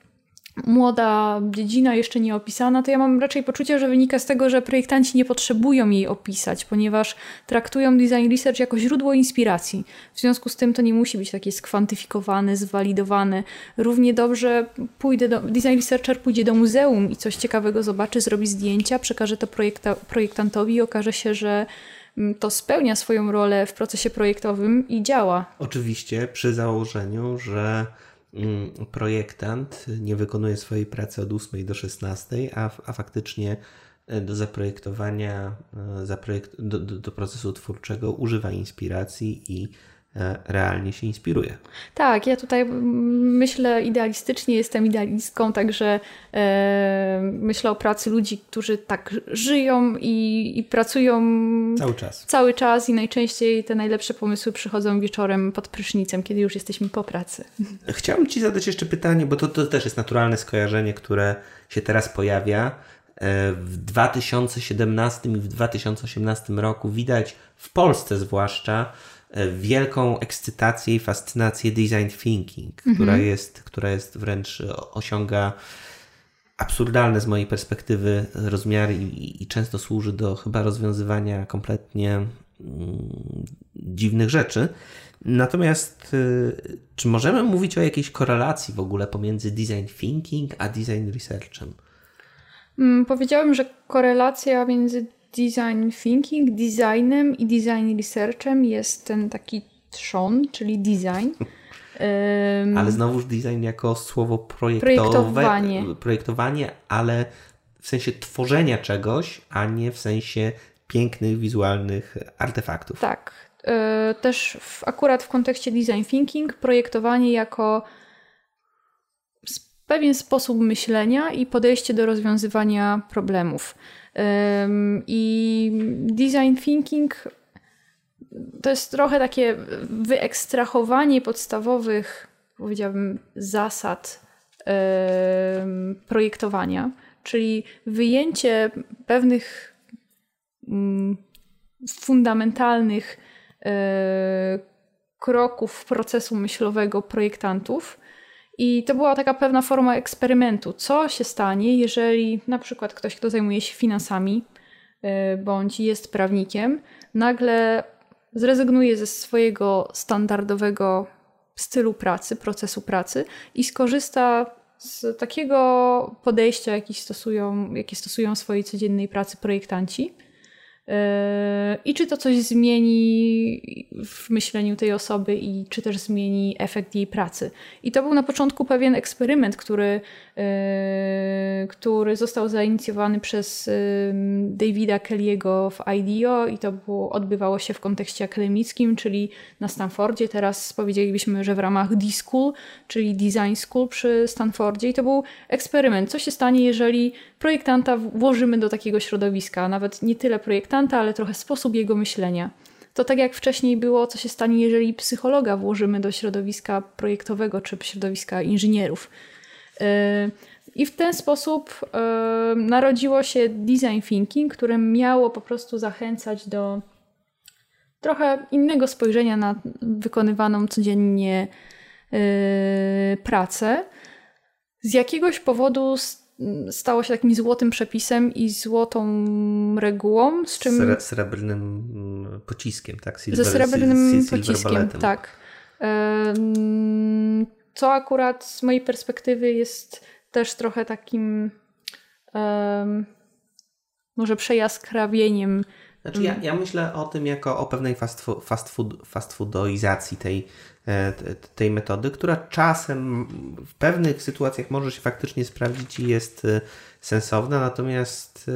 młoda dziedzina jeszcze nie opisana, to ja mam raczej poczucie, że wynika z tego, że projektanci nie potrzebują jej opisać, ponieważ traktują design research jako źródło inspiracji. W związku z tym to nie musi być takie skwantyfikowane, zwalidowane. Równie dobrze pójdę do, design researcher pójdzie do muzeum i coś ciekawego zobaczy, zrobi zdjęcia, przekaże to projekta, projektantowi i okaże się, że to spełnia swoją rolę w procesie projektowym i działa. Oczywiście przy założeniu, że projektant nie wykonuje swojej pracy od ósmej do szesnastej, a, a faktycznie do zaprojektowania, zaprojekt, do, do, do procesu twórczego używa inspiracji i realnie się inspiruje. Tak, ja tutaj myślę idealistycznie, jestem idealistką, także e, myślę o pracy ludzi, którzy tak żyją i, i pracują cały czas. cały czas i najczęściej te najlepsze pomysły przychodzą wieczorem pod prysznicem, kiedy już jesteśmy po pracy. Chciałbym Ci zadać jeszcze pytanie, bo to, to też jest naturalne skojarzenie, które się teraz pojawia. W dwa tysiące siedemnastym i w dwa tysiące osiemnastym roku widać, w Polsce zwłaszcza, wielką ekscytację i fascynację design thinking, mhm. która jest, która jest wręcz osiąga absurdalne z mojej perspektywy rozmiary i, i często służy do chyba rozwiązywania kompletnie mm, dziwnych rzeczy. Natomiast y, czy możemy mówić o jakiejś korelacji w ogóle pomiędzy design thinking a design researchem? Hmm, powiedziałem, że korelacja między design thinking, designem i design researchem jest ten taki trzon, czyli design. Um, ale znowuż design jako słowo projektowe, projektowanie. projektowanie, ale w sensie tworzenia czegoś, a nie w sensie pięknych, wizualnych artefaktów. Tak. Yy, też w, akurat w kontekście design thinking projektowanie jako pewien sposób myślenia i podejście do rozwiązywania problemów. I design thinking to jest trochę takie wyekstrahowanie podstawowych, powiedziałabym, zasad projektowania, czyli wyjęcie pewnych fundamentalnych kroków procesu myślowego projektantów. I to była taka pewna forma eksperymentu. Co się stanie, jeżeli na przykład ktoś, kto zajmuje się finansami bądź jest prawnikiem, nagle zrezygnuje ze swojego standardowego stylu pracy, procesu pracy i skorzysta z takiego podejścia, jaki stosują, jakie stosują w swojej codziennej pracy projektanci. I czy to coś zmieni w myśleniu tej osoby i czy też zmieni efekt jej pracy. I to był na początku pewien eksperyment, który, który został zainicjowany przez Davida Kelly'ego w I D E O i to było, odbywało się w kontekście akademickim, czyli na Stanfordzie. Teraz powiedzielibyśmy, że w ramach D-School, czyli Design School przy Stanfordzie. I to był eksperyment. Co się stanie, jeżeli projektanta włożymy do takiego środowiska? Nawet nie tyle projektanta, ale trochę sposób jego myślenia. To tak jak wcześniej było, co się stanie, jeżeli psychologa włożymy do środowiska projektowego czy środowiska inżynierów. I w ten sposób narodziło się design thinking, które miało po prostu zachęcać do trochę innego spojrzenia na wykonywaną codziennie pracę. Z jakiegoś powodu stało się takim złotym przepisem i złotą regułą, z czym... Sre- srebrnym pociskiem, tak? Silver, ze srebrnym silver pociskiem, balletem. Tak. Co akurat z mojej perspektywy jest też trochę takim um, może przejaskrawieniem. Znaczy ja, ja myślę o tym jako o pewnej fast, food, fast, food, fast foodoizacji tej, tej metody, która czasem w pewnych sytuacjach może się faktycznie sprawdzić i jest sensowna, natomiast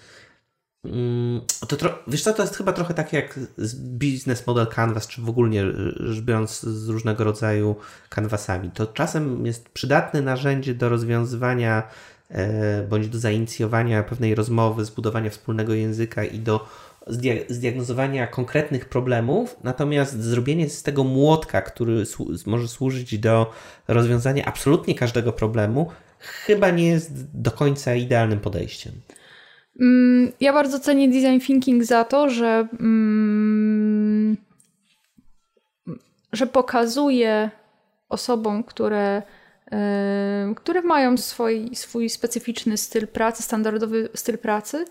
to tro, wiesz co, to jest chyba trochę tak jak z business model canvas, czy w ogóle rzecz biorąc z różnego rodzaju canvasami. To czasem jest przydatne narzędzie do rozwiązywania bądź do zainicjowania pewnej rozmowy, zbudowania wspólnego języka i do zdiagnozowania konkretnych problemów, natomiast zrobienie z tego młotka, który słu- może służyć do rozwiązania absolutnie każdego problemu, chyba nie jest do końca idealnym podejściem. Ja bardzo cenię design thinking za to, że, mm, że pokazuje osobom, które, yy, które mają swój, swój specyficzny styl pracy, standardowy styl pracy,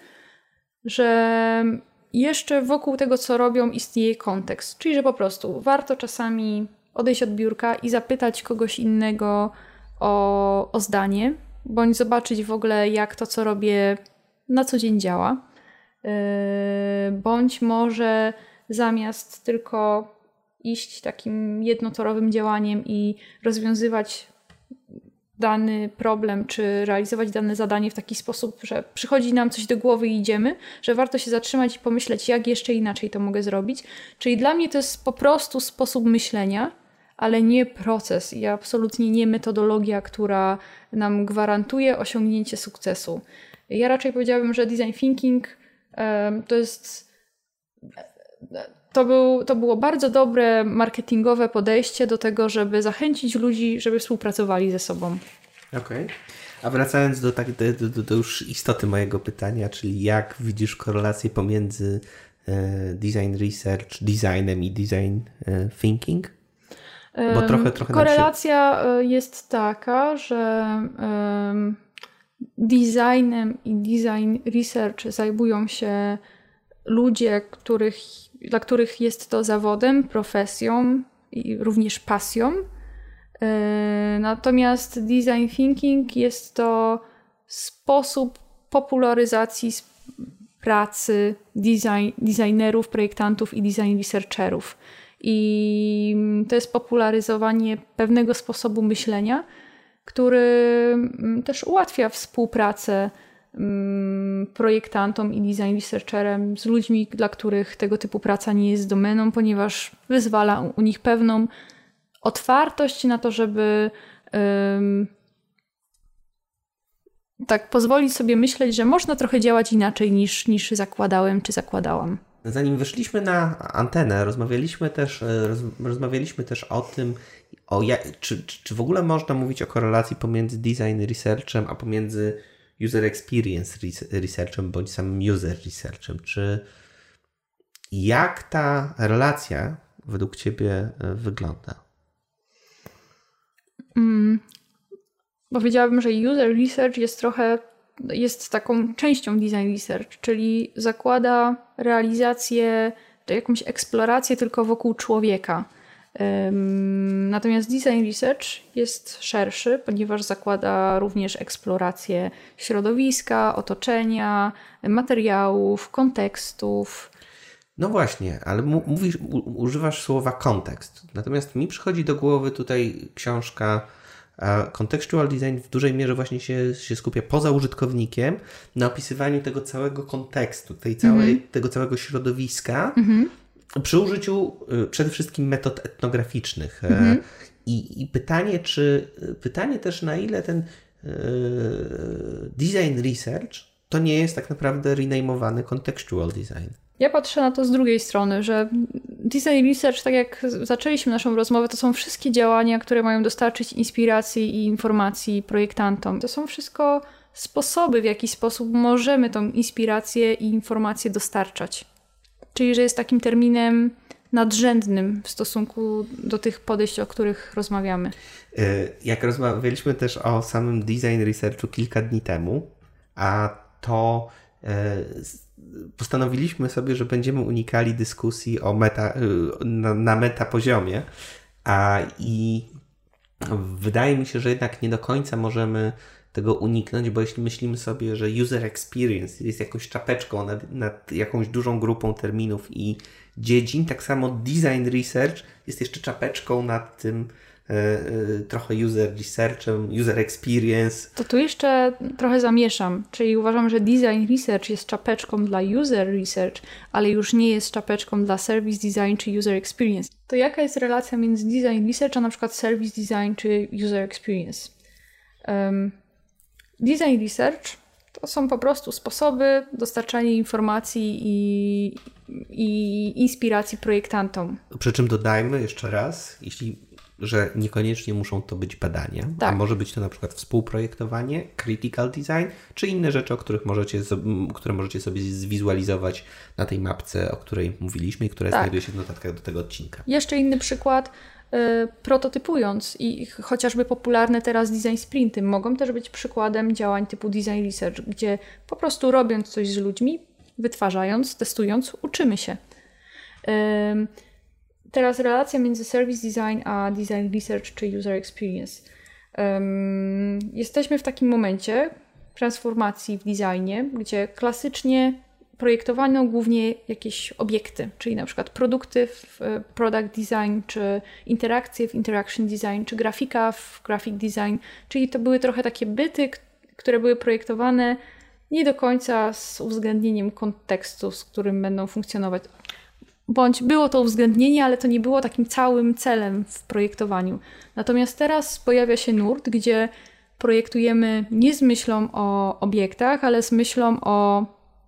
że jeszcze wokół tego, co robią, istnieje kontekst. Czyli, że po prostu warto czasami odejść od biurka i zapytać kogoś innego o, o zdanie, bądź zobaczyć w ogóle, jak to, co robię, na co dzień działa. Yy, bądź może zamiast tylko iść takim jednotorowym działaniem i rozwiązywać dany problem, czy realizować dane zadanie w taki sposób, że przychodzi nam coś do głowy i idziemy, że warto się zatrzymać i pomyśleć, jak jeszcze inaczej to mogę zrobić. Czyli dla mnie to jest po prostu sposób myślenia, ale nie proces i absolutnie nie metodologia, która nam gwarantuje osiągnięcie sukcesu. Ja raczej powiedziałabym, że design thinking um, to jest... To, był, to było bardzo dobre marketingowe podejście do tego, żeby zachęcić ludzi, żeby współpracowali ze sobą. Okej. Okay. A wracając do, tak, do, do, do już istoty mojego pytania, czyli jak widzisz korelację pomiędzy e, design research, designem i design e, thinking? Bo trochę, trochę Korelacja się... jest taka, że um, designem i design research zajmują się ludzie, których, dla których jest to zawodem, profesją i również pasją. Natomiast design thinking jest to sposób popularyzacji pracy design, designerów, projektantów i design researcherów. I to jest popularyzowanie pewnego sposobu myślenia, który też ułatwia współpracę projektantom i design researcherem z ludźmi, dla których tego typu praca nie jest domeną, ponieważ wyzwala u nich pewną otwartość na to, żeby um, tak pozwolić sobie myśleć, że można trochę działać inaczej niż, niż zakładałem czy zakładałam. Zanim weszliśmy na antenę, rozmawialiśmy też, roz, rozmawialiśmy też o tym, o jak, czy, czy, czy w ogóle można mówić o korelacji pomiędzy design researchem, a pomiędzy user experience researchem bądź samym user researchem. Czy jak ta relacja według Ciebie wygląda? Mm, powiedziałabym, że user research jest trochę jest taką częścią design research, czyli zakłada realizację, jakąś eksplorację tylko wokół człowieka. Natomiast design research jest szerszy, ponieważ zakłada również eksplorację środowiska, otoczenia, materiałów, kontekstów. No właśnie, ale mówisz, używasz słowa kontekst. Natomiast mi przychodzi do głowy tutaj książka Contextual Design w dużej mierze właśnie się, się skupia poza użytkownikiem na opisywaniu tego całego kontekstu, tej całej, mm-hmm. tego całego środowiska. Mm-hmm. Przy użyciu przede wszystkim metod etnograficznych. Mhm. I, I pytanie, czy pytanie też, na ile ten e, design research to nie jest tak naprawdę renamowany contextual design. Ja patrzę na to z drugiej strony, że design research, tak jak zaczęliśmy naszą rozmowę, to są wszystkie działania, które mają dostarczyć inspiracji i informacji projektantom. To są wszystko sposoby, w jaki sposób możemy tą inspirację i informację dostarczać. Czyli, że jest takim terminem nadrzędnym w stosunku do tych podejść, o których rozmawiamy. Jak rozmawialiśmy też o samym design researchu kilka dni temu, a to postanowiliśmy sobie, że będziemy unikali dyskusji o meta, na, na meta poziomie, a i wydaje mi się, że jednak nie do końca możemy tego uniknąć, bo jeśli myślimy sobie, że user experience jest jakąś czapeczką nad, nad jakąś dużą grupą terminów i dziedzin, tak samo design research jest jeszcze czapeczką nad tym e, e, trochę user researchem, user experience. To tu jeszcze trochę zamieszam, czyli uważam, że design research jest czapeczką dla user research, ale już nie jest czapeczką dla service design czy user experience. To jaka jest relacja między design research a na przykład service design czy user experience? Um, Design research To są po prostu sposoby dostarczania informacji i, i inspiracji projektantom. Przy czym dodajmy jeszcze raz, jeśli, że niekoniecznie muszą to być badania, tak. a może być to na przykład współprojektowanie, critical design, czy inne rzeczy, o których możecie, które możecie sobie zwizualizować na tej mapce, o której mówiliśmy i która tak. znajduje się w notatkach do tego odcinka. Jeszcze inny przykład. Prototypując i chociażby popularne teraz design sprinty mogą też być przykładem działań typu design research, gdzie po prostu robiąc coś z ludźmi, wytwarzając, testując, uczymy się. Teraz relacja między service design a design research czy user experience. Jesteśmy w takim momencie transformacji w designie, gdzie klasycznie projektowano głównie jakieś obiekty, czyli na przykład produkty w product design, czy interakcje w interaction design, czy grafika w graphic design, czyli to były trochę takie byty, które były projektowane nie do końca z uwzględnieniem kontekstu, z którym będą funkcjonować. Bądź było to uwzględnienie, ale to nie było takim całym celem w projektowaniu. Natomiast teraz pojawia się nurt, gdzie projektujemy nie z myślą o obiektach, ale z myślą o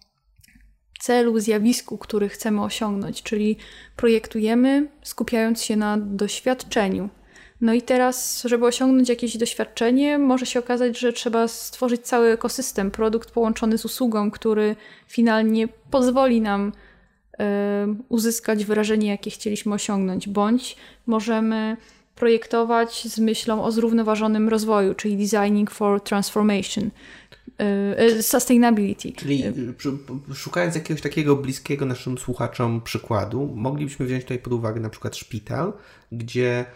celu, zjawisku, który chcemy osiągnąć, czyli projektujemy skupiając się na doświadczeniu. No i teraz, żeby osiągnąć jakieś doświadczenie, może się okazać, że trzeba stworzyć cały ekosystem, produkt połączony z usługą, który finalnie pozwoli nam y, uzyskać wrażenie, jakie chcieliśmy osiągnąć, bądź możemy projektować z myślą o zrównoważonym rozwoju, czyli designing for transformation. Sustainability. Czyli szukając jakiegoś takiego bliskiego naszym słuchaczom przykładu, moglibyśmy wziąć tutaj pod uwagę na przykład szpital, gdzie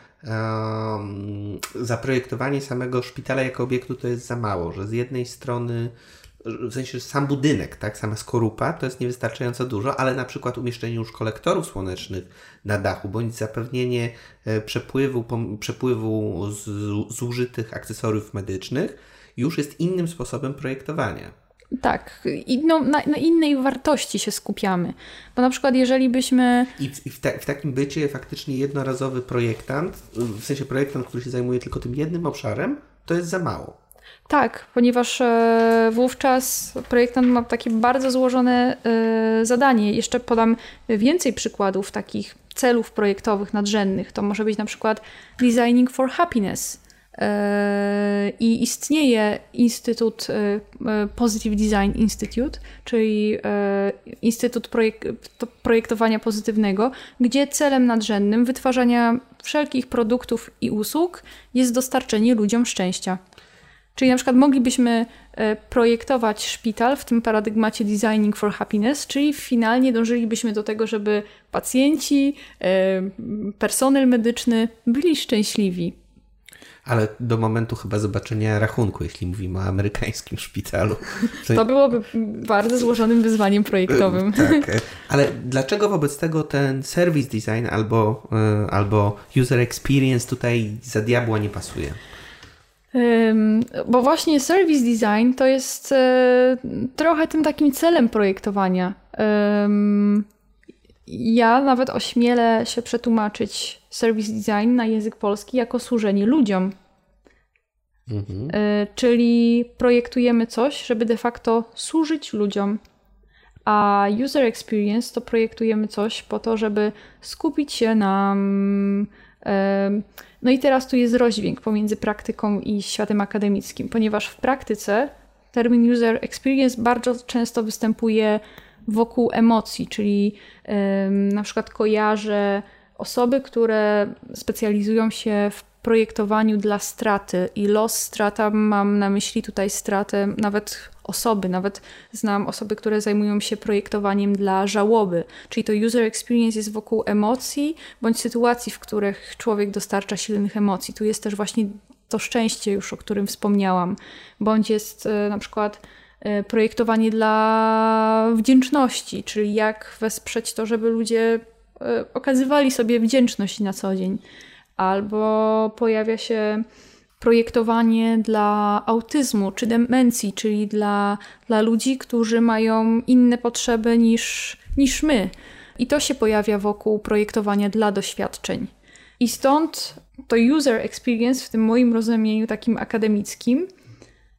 um, zaprojektowanie samego szpitala jako obiektu to jest za mało, że z jednej strony w sensie, że sam budynek, tak, sama skorupa to jest niewystarczająco dużo, ale na przykład umieszczenie już kolektorów słonecznych na dachu, bądź zapewnienie przepływu, przepływu zużytych akcesoriów medycznych już jest innym sposobem projektowania. Tak, inną, na, na innej wartości się skupiamy. Bo na przykład jeżeli byśmy... I w, i w, ta, w takim bycie faktycznie jednorazowy projektant, w sensie projektant, który się zajmuje tylko tym jednym obszarem, to jest za mało. Tak, ponieważ e, wówczas projektant ma takie bardzo złożone e, zadanie. Jeszcze podam więcej przykładów takich celów projektowych nadrzędnych. To może być na przykład designing for happiness. I istnieje Instytut Positive Design Institute, czyli Instytut projek- Projektowania Pozytywnego, gdzie celem nadrzędnym wytwarzania wszelkich produktów i usług jest dostarczenie ludziom szczęścia. Czyli na przykład moglibyśmy projektować szpital w tym paradygmacie designing for happiness, czyli finalnie dążylibyśmy do tego, żeby pacjenci, personel medyczny byli szczęśliwi. Ale do momentu chyba zobaczenia rachunku, jeśli mówimy o amerykańskim szpitalu. To, to byłoby bardzo złożonym wyzwaniem projektowym. Tak, ale dlaczego wobec tego ten service design albo, albo user experience tutaj za diabła nie pasuje? Um, bo właśnie service design to jest e, trochę tym takim celem projektowania. Um, ja nawet ośmielę się przetłumaczyć service design na język polski jako służenie ludziom. Mhm. Y, czyli projektujemy coś, żeby de facto służyć ludziom. A user experience to projektujemy coś po to, żeby skupić się na... Y, no i teraz tu jest rozdźwięk pomiędzy praktyką i światem akademickim, ponieważ w praktyce termin user experience bardzo często występuje wokół emocji, czyli y, na przykład kojarzę osoby, które specjalizują się w projektowaniu dla straty i loss, strata, mam na myśli tutaj stratę nawet osoby, nawet znam osoby, które zajmują się projektowaniem dla żałoby, czyli to user experience jest wokół emocji bądź sytuacji, w których człowiek dostarcza silnych emocji. Tu jest też właśnie to szczęście już, o którym wspomniałam, bądź jest y, na przykład projektowanie dla wdzięczności, czyli jak wesprzeć to, żeby ludzie okazywali sobie wdzięczność na co dzień. Albo pojawia się projektowanie dla autyzmu czy demencji, czyli dla, dla ludzi, którzy mają inne potrzeby niż, niż my. I to się pojawia wokół projektowania dla doświadczeń. I stąd to user experience w tym moim rozumieniu takim akademickim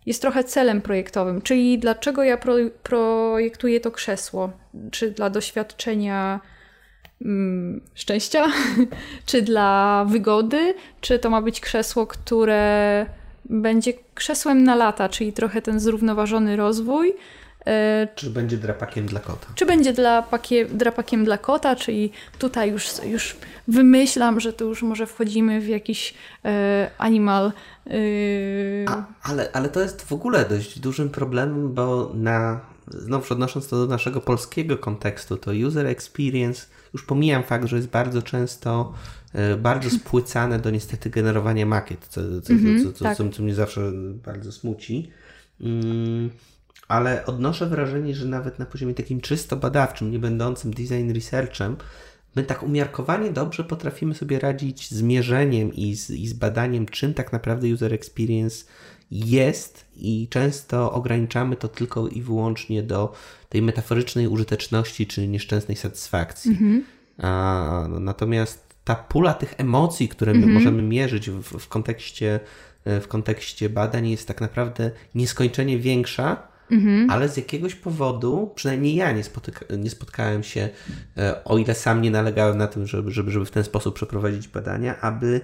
jest trochę celem projektowym, czyli dlaczego ja pro, projektuję to krzesło, czy dla doświadczenia mm, szczęścia, czy dla wygody, czy to ma być krzesło, które będzie krzesłem na lata, czyli trochę ten zrównoważony rozwój. Czy będzie drapakiem dla kota? Czy będzie dla pakie, drapakiem dla kota, czyli tutaj już, już wymyślam, że tu już może wchodzimy w jakiś e, animal. E... A, ale, ale to jest w ogóle dość dużym problemem, bo na, znowu odnosząc to do naszego polskiego kontekstu, to user experience, już pomijam fakt, że jest bardzo często e, bardzo spłycane do niestety generowania makiet, co, co, mm-hmm, co, co, tak. co, co mnie zawsze bardzo smuci. Mm. Ale odnoszę wrażenie, że nawet na poziomie takim czysto badawczym, nie będącym design researchem, my tak umiarkowanie dobrze potrafimy sobie radzić z mierzeniem i z, i z badaniem, czym tak naprawdę user experience jest i często ograniczamy to tylko i wyłącznie do tej metaforycznej użyteczności czy nieszczęsnej satysfakcji. Mm-hmm. A, no, natomiast ta pula tych emocji, które my mm-hmm. możemy mierzyć w, w, kontekście, w kontekście badań jest tak naprawdę nieskończenie większa, Mhm. ale z jakiegoś powodu, przynajmniej ja nie, spotyka, nie spotkałem się, e, o ile sam nie nalegałem na tym, żeby, żeby, żeby w ten sposób przeprowadzić badania, aby,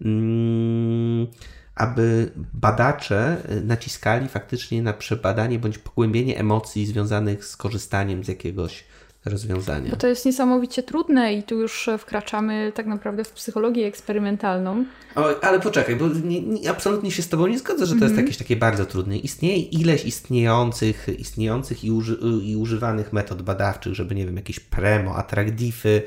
mm, aby badacze naciskali faktycznie na przebadanie bądź pogłębienie emocji związanych z korzystaniem z jakiegoś rozwiązania. Bo to jest niesamowicie trudne i tu już wkraczamy tak naprawdę w psychologię eksperymentalną. O, ale poczekaj, bo nie, nie, absolutnie się z Tobą nie zgodzę, że to mm-hmm. jest jakieś takie bardzo trudne. Istnieje ileś istniejących, istniejących i, uży, i używanych metod badawczych, żeby, nie wiem, jakieś premo, attract diffy,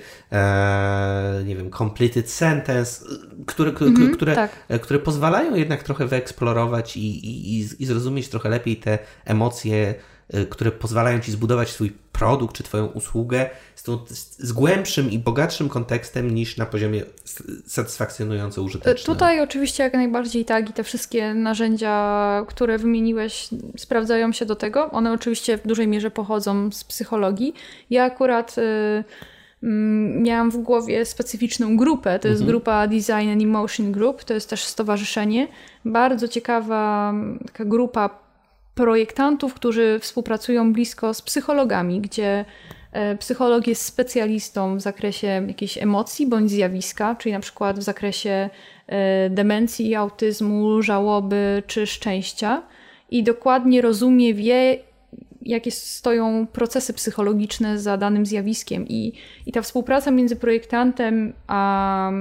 e, nie wiem, completed sentence, które, mm-hmm, które, tak. które pozwalają jednak trochę wyeksplorować i, i, i zrozumieć trochę lepiej te emocje, które pozwalają Ci zbudować swój produkt czy Twoją usługę z, tą, z głębszym i bogatszym kontekstem niż na poziomie satysfakcjonująco użytecznym. Tutaj oczywiście jak najbardziej tak i te wszystkie narzędzia, które wymieniłeś, sprawdzają się do tego. One oczywiście w dużej mierze pochodzą z psychologii. Ja akurat y, miałam w głowie specyficzną grupę. To jest mhm. grupa Design and Emotion Group. To jest też stowarzyszenie. Bardzo ciekawa taka grupa projektantów, którzy współpracują blisko z psychologami, gdzie psycholog jest specjalistą w zakresie jakichś emocji bądź zjawiska, czyli na przykład w zakresie demencji, autyzmu, żałoby czy szczęścia i dokładnie rozumie, wie, jakie stoją procesy psychologiczne za danym zjawiskiem. I, i ta współpraca między projektantem a,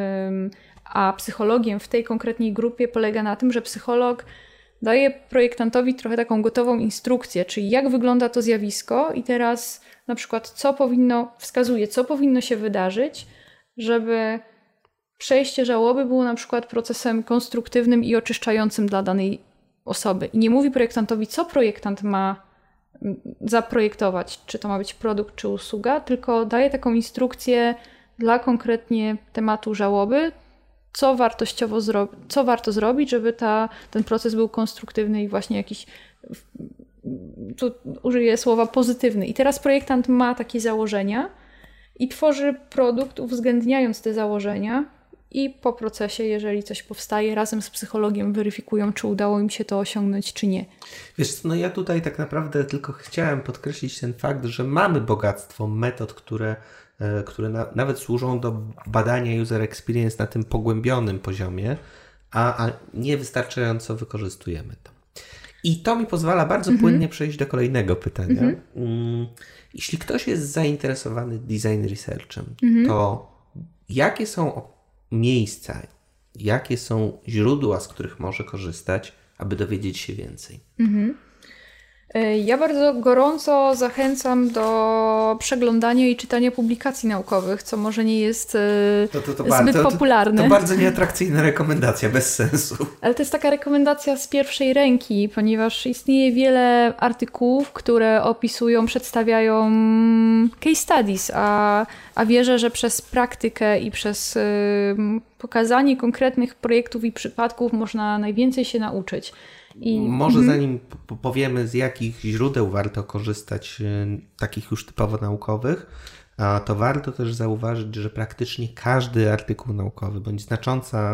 a psychologiem w tej konkretnej grupie polega na tym, że psycholog daje projektantowi trochę taką gotową instrukcję, czyli jak wygląda to zjawisko i teraz na przykład co powinno, wskazuje, co powinno się wydarzyć, żeby przejście żałoby było na przykład procesem konstruktywnym i oczyszczającym dla danej osoby. I nie mówi projektantowi, co projektant ma zaprojektować, czy to ma być produkt, czy usługa, tylko daje taką instrukcję dla konkretnie tematu żałoby, co wartościowo zro- co warto zrobić, żeby ta, ten proces był konstruktywny i właśnie jakiś, tu użyję słowa pozytywny. I teraz projektant ma takie założenia i tworzy produkt uwzględniając te założenia i po procesie, jeżeli coś powstaje, razem z psychologiem weryfikują, czy udało im się to osiągnąć, czy nie. Wiesz, no ja tutaj tak naprawdę tylko chciałem podkreślić ten fakt, że mamy bogactwo metod, które które na, nawet służą do badania user experience na tym pogłębionym poziomie, a, a nie wystarczająco wykorzystujemy to. I to mi pozwala bardzo mm-hmm. płynnie przejść do kolejnego pytania. Mm-hmm. Jeśli ktoś jest zainteresowany design researchem, mm-hmm. to jakie są miejsca, jakie są źródła, z których może korzystać, aby dowiedzieć się więcej? Mm-hmm. Ja bardzo gorąco zachęcam do przeglądania i czytania publikacji naukowych, co może nie jest to, to, to zbyt to, popularne. To, to bardzo nieatrakcyjna rekomendacja, bez sensu. Ale to jest taka rekomendacja z pierwszej ręki, ponieważ istnieje wiele artykułów, które opisują, przedstawiają case studies, a, a wierzę, że przez praktykę i przez y, pokazanie konkretnych projektów i przypadków można najwięcej się nauczyć. I, Może mm-hmm. zanim powiemy, z jakich źródeł warto korzystać, takich już typowo naukowych, to warto też zauważyć, że praktycznie każdy artykuł naukowy bądź znacząca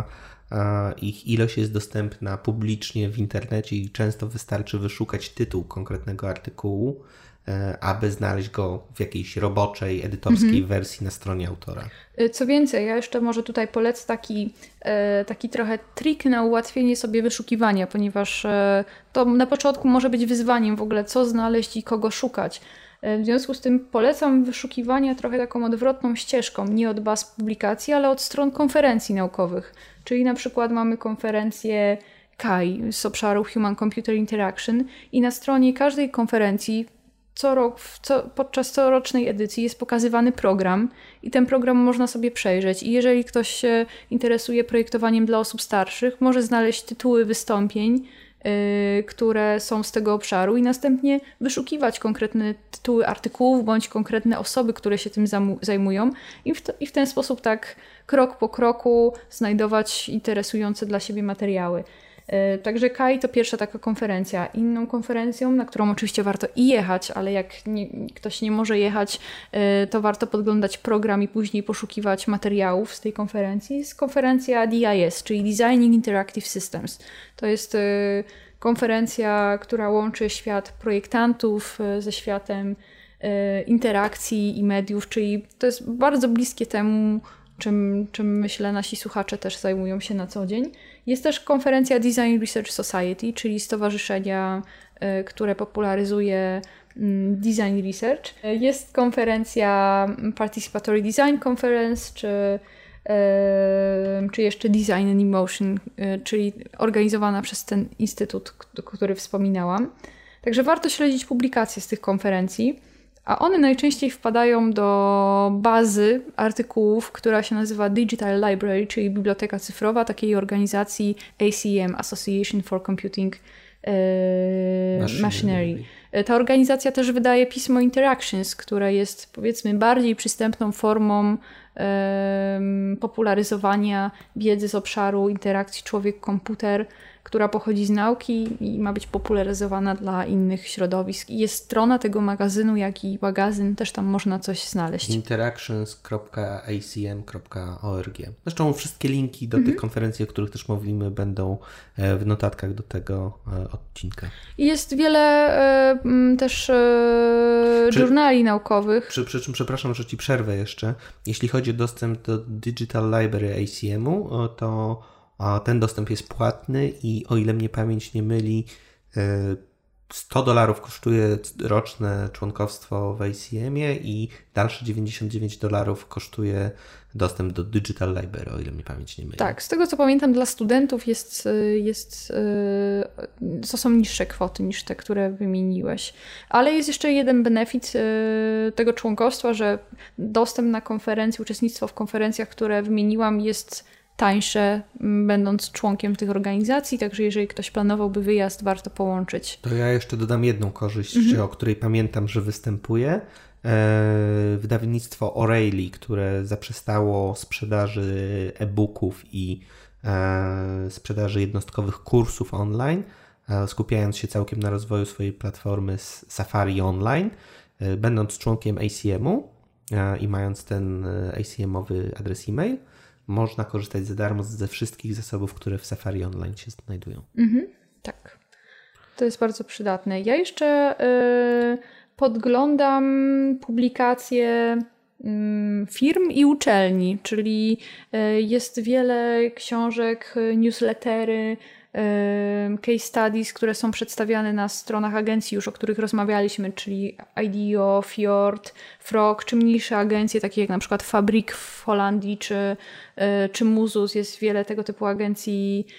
Ich ilość jest dostępna publicznie w internecie i często wystarczy wyszukać tytuł konkretnego artykułu, aby znaleźć go w jakiejś roboczej, edytorskiej mhm. wersji na stronie autora. Co więcej, ja jeszcze może tutaj polecę taki, taki trochę trik na ułatwienie sobie wyszukiwania, ponieważ to na początku może być wyzwaniem w ogóle, co znaleźć i kogo szukać. W związku z tym polecam wyszukiwania trochę taką odwrotną ścieżką, nie od baz publikacji, ale od stron konferencji naukowych. Czyli na przykład mamy konferencję K I z obszaru Human Computer Interaction i na stronie każdej konferencji co rok, co, podczas corocznej edycji jest pokazywany program i ten program można sobie przejrzeć. I jeżeli ktoś się interesuje projektowaniem dla osób starszych, może znaleźć tytuły wystąpień, yy, które są z tego obszaru i następnie wyszukiwać konkretne tytuły artykułów bądź konkretne osoby, które się tym zajmują i w, to, i w ten sposób tak krok po kroku znajdować interesujące dla siebie materiały. Także K I to pierwsza taka konferencja. Inną konferencją, na którą oczywiście warto i jechać, ale jak nie, ktoś nie może jechać, to warto podglądać program i później poszukiwać materiałów z tej konferencji, jest konferencja D I S, czyli Designing Interactive Systems. To jest konferencja, która łączy świat projektantów ze światem interakcji i mediów, czyli to jest bardzo bliskie temu, czym, czym myślę nasi słuchacze też zajmują się na co dzień. Jest też konferencja Design Research Society, czyli stowarzyszenia, y, które popularyzuje y, design research. Jest konferencja Participatory Design Conference, czy, y, czy jeszcze Design and Emotion, y, czyli organizowana przez ten instytut, k- który wspominałam. Także warto śledzić publikacje z tych konferencji. A one najczęściej wpadają do bazy artykułów, która się nazywa Digital Library, czyli Biblioteka Cyfrowa takiej organizacji A C M, Association for Computing e, Machinery. Machinery. Ta organizacja też wydaje pismo Interactions, które jest powiedzmy bardziej przystępną formą e, popularyzowania wiedzy z obszaru interakcji człowiek-komputer, która pochodzi z nauki i ma być popularyzowana dla innych środowisk. I jest strona tego magazynu, jak i magazyn, też tam można coś znaleźć. interactions kropka a c m kropka org. Zresztą wszystkie linki do mhm. tych konferencji, o których też mówimy, będą w notatkach do tego odcinka. I jest wiele e, też e, przy, journali naukowych. Przy, przy czym, przepraszam, że Ci przerwę jeszcze. Jeśli chodzi o dostęp do Digital Library A C M-u, to ten dostęp jest płatny i o ile mnie pamięć nie myli, sto dolarów kosztuje roczne członkostwo w A C M-ie i dalsze dziewięćdziesiąt dziewięć dolarów kosztuje dostęp do Digital Library, o ile mnie pamięć nie myli. Tak, z tego co pamiętam, dla studentów jest, jest, to są niższe kwoty niż te, które wymieniłeś. Ale jest jeszcze jeden benefit tego członkostwa, że dostęp na konferencje, uczestnictwo w konferencjach, które wymieniłam, jest tańsze, będąc członkiem tych organizacji, także jeżeli ktoś planowałby wyjazd, warto połączyć. To ja jeszcze dodam jedną korzyść, mhm. o której pamiętam, że występuje. Wydawnictwo O'Reilly, które zaprzestało sprzedaży e-booków i sprzedaży jednostkowych kursów online, skupiając się całkiem na rozwoju swojej platformy Safari Online, będąc członkiem A C M-u i mając ten A C M-owy adres e-mail, można korzystać za darmo ze wszystkich zasobów, które w Safari Online się znajdują. Mhm, tak. To jest bardzo przydatne. Ja jeszcze y, podglądam publikacje y, firm i uczelni, czyli y, jest wiele książek, newslettery, case studies, które są przedstawiane na stronach agencji już, o których rozmawialiśmy, czyli IDEO, Fjord, Frog, czy mniejsze agencje, takie jak na przykład Fabrik w Holandii, czy, czy Muzus. Jest wiele tego typu agencji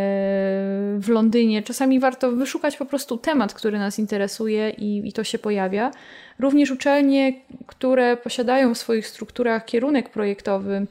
w Londynie. Czasami warto wyszukać po prostu temat, który nas interesuje i, i to się pojawia. Również uczelnie, które posiadają w swoich strukturach kierunek projektowy,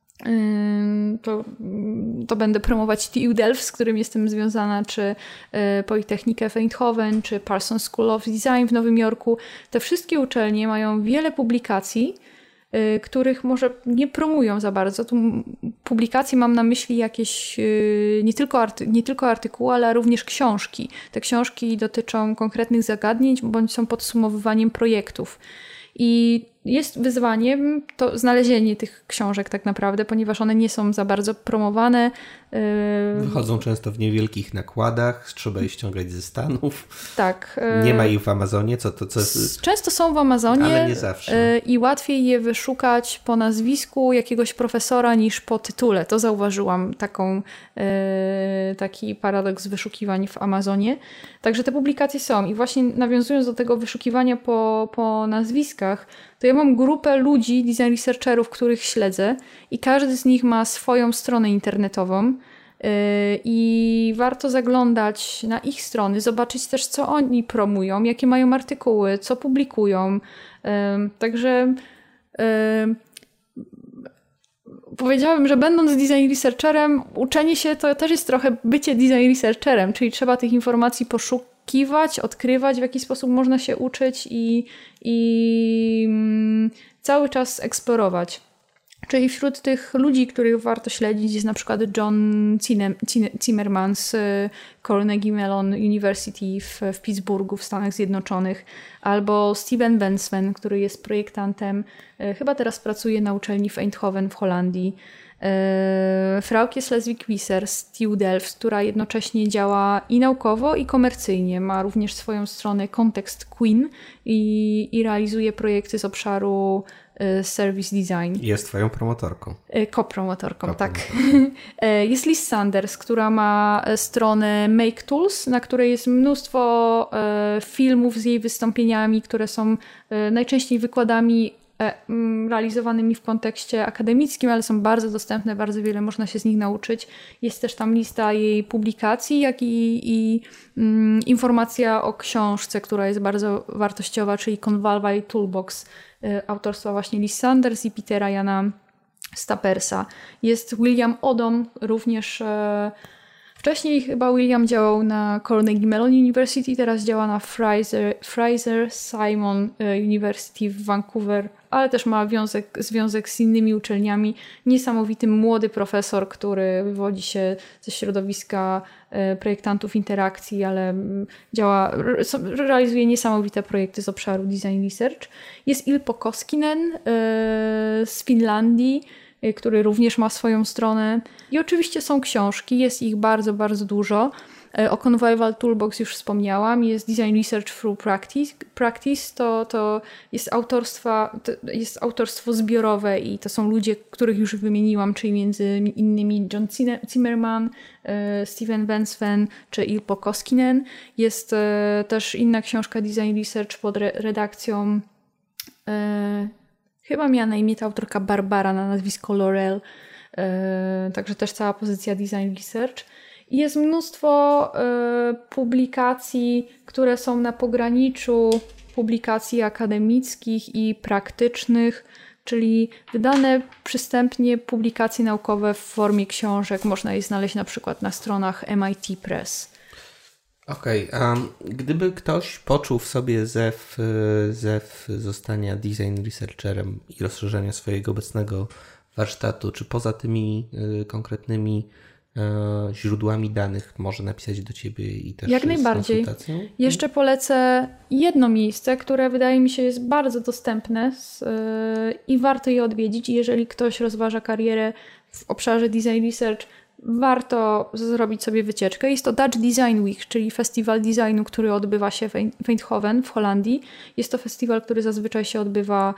To, to będę promować T U Delft, z którym jestem związana, czy Politechnikę w Eindhoven, czy Parsons School of Design w Nowym Jorku. Te wszystkie uczelnie mają wiele publikacji, których może nie promują za bardzo. Tu publikacje mam na myśli jakieś nie tylko, arty, nie tylko artykuły, ale również książki. Te książki dotyczą konkretnych zagadnień, bądź są podsumowywaniem projektów. I jest wyzwaniem to znalezienie tych książek tak naprawdę, ponieważ one nie są za bardzo promowane. Wychodzą często w niewielkich nakładach, trzeba je ściągać ze Stanów. Tak. Nie ma ich w Amazonie. Co to, co jest... Często są w Amazonie, ale nie zawsze. I łatwiej je wyszukać po nazwisku jakiegoś profesora niż po tytule. To zauważyłam, taką, taki paradoks wyszukiwań w Amazonie. Także te publikacje są. I właśnie nawiązując do tego wyszukiwania po, po nazwiskach, to ja mam grupę ludzi, design researcherów, których śledzę i każdy z nich ma swoją stronę internetową i warto zaglądać na ich strony, zobaczyć też, co oni promują, jakie mają artykuły, co publikują. Także powiedziałabym, że będąc design researcherem, uczenie się to też jest trochę bycie design researcherem, czyli trzeba tych informacji poszukać, kiwać, odkrywać, w jaki sposób można się uczyć i, i mm, cały czas eksplorować. Czyli wśród tych ludzi, których warto śledzić, jest na przykład John Zimmerman z Carnegie Mellon University w, w Pittsburghu w Stanach Zjednoczonych, albo Steven Bensven, który jest projektantem, chyba teraz pracuje na uczelni w Eindhoven w Holandii. Frauke Slesvig-Wieser z T U Delft, która jednocześnie działa i naukowo, i komercyjnie. Ma również swoją stronę Context Queen i, i realizuje projekty z obszaru service design. Jest twoją promotorką. Kopromotorką, Ko tak. Jest Liz Sanders, która ma stronę Make Tools, na której jest mnóstwo filmów z jej wystąpieniami, które są najczęściej wykładami realizowanymi w kontekście akademickim, ale są bardzo dostępne, bardzo wiele można się z nich nauczyć. Jest też tam lista jej publikacji, jak i, i um, informacja o książce, która jest bardzo wartościowa, czyli Convalvi Toolbox y, autorstwa właśnie Liz Sanders i Petera Jana Stapersa. Jest William Odom, również y, wcześniej chyba William działał na Carnegie Mellon University, teraz działa na Fraser, Fraser Simon University w Vancouver, ale też ma związek, związek z innymi uczelniami. Niesamowity młody profesor, który wywodzi się ze środowiska projektantów interakcji, ale działa, realizuje niesamowite projekty z obszaru design research. Jest Ilpo Koskinen z Finlandii, który również ma swoją stronę. I oczywiście są książki, jest ich bardzo, bardzo dużo. O Convival Toolbox już wspomniałam. Jest Design Research Through Practice. Practice to, to, jest autorstwa, to jest autorstwo zbiorowe i to są ludzie, których już wymieniłam, czyli między innymi John Zimmerman, Steven Bensven czy Ilpo Koskinen. Jest też inna książka Design Research pod redakcją chyba miała na imię ta autorka Barbara, na nazwisko Laurel, yy, także też cała pozycja Design Research. I jest mnóstwo yy, publikacji, które są na pograniczu publikacji akademickich i praktycznych, czyli wydane przystępnie publikacje naukowe w formie książek. Można je znaleźć na przykład na stronach M I T Press. Okej, okay, a gdyby ktoś poczuł w sobie zew, zew zostania design researcherem i rozszerzenia swojego obecnego warsztatu, czy poza tymi y, konkretnymi y, źródłami danych może napisać do ciebie i też jak najbardziej. Jeszcze polecę jedno miejsce, które wydaje mi się jest bardzo dostępne z, y, i warto je odwiedzić. Jeżeli ktoś rozważa karierę w obszarze design research, warto zrobić sobie wycieczkę. Jest to Dutch Design Week, czyli festiwal designu, który odbywa się w Eindhoven w Holandii. Jest to festiwal, który zazwyczaj się odbywa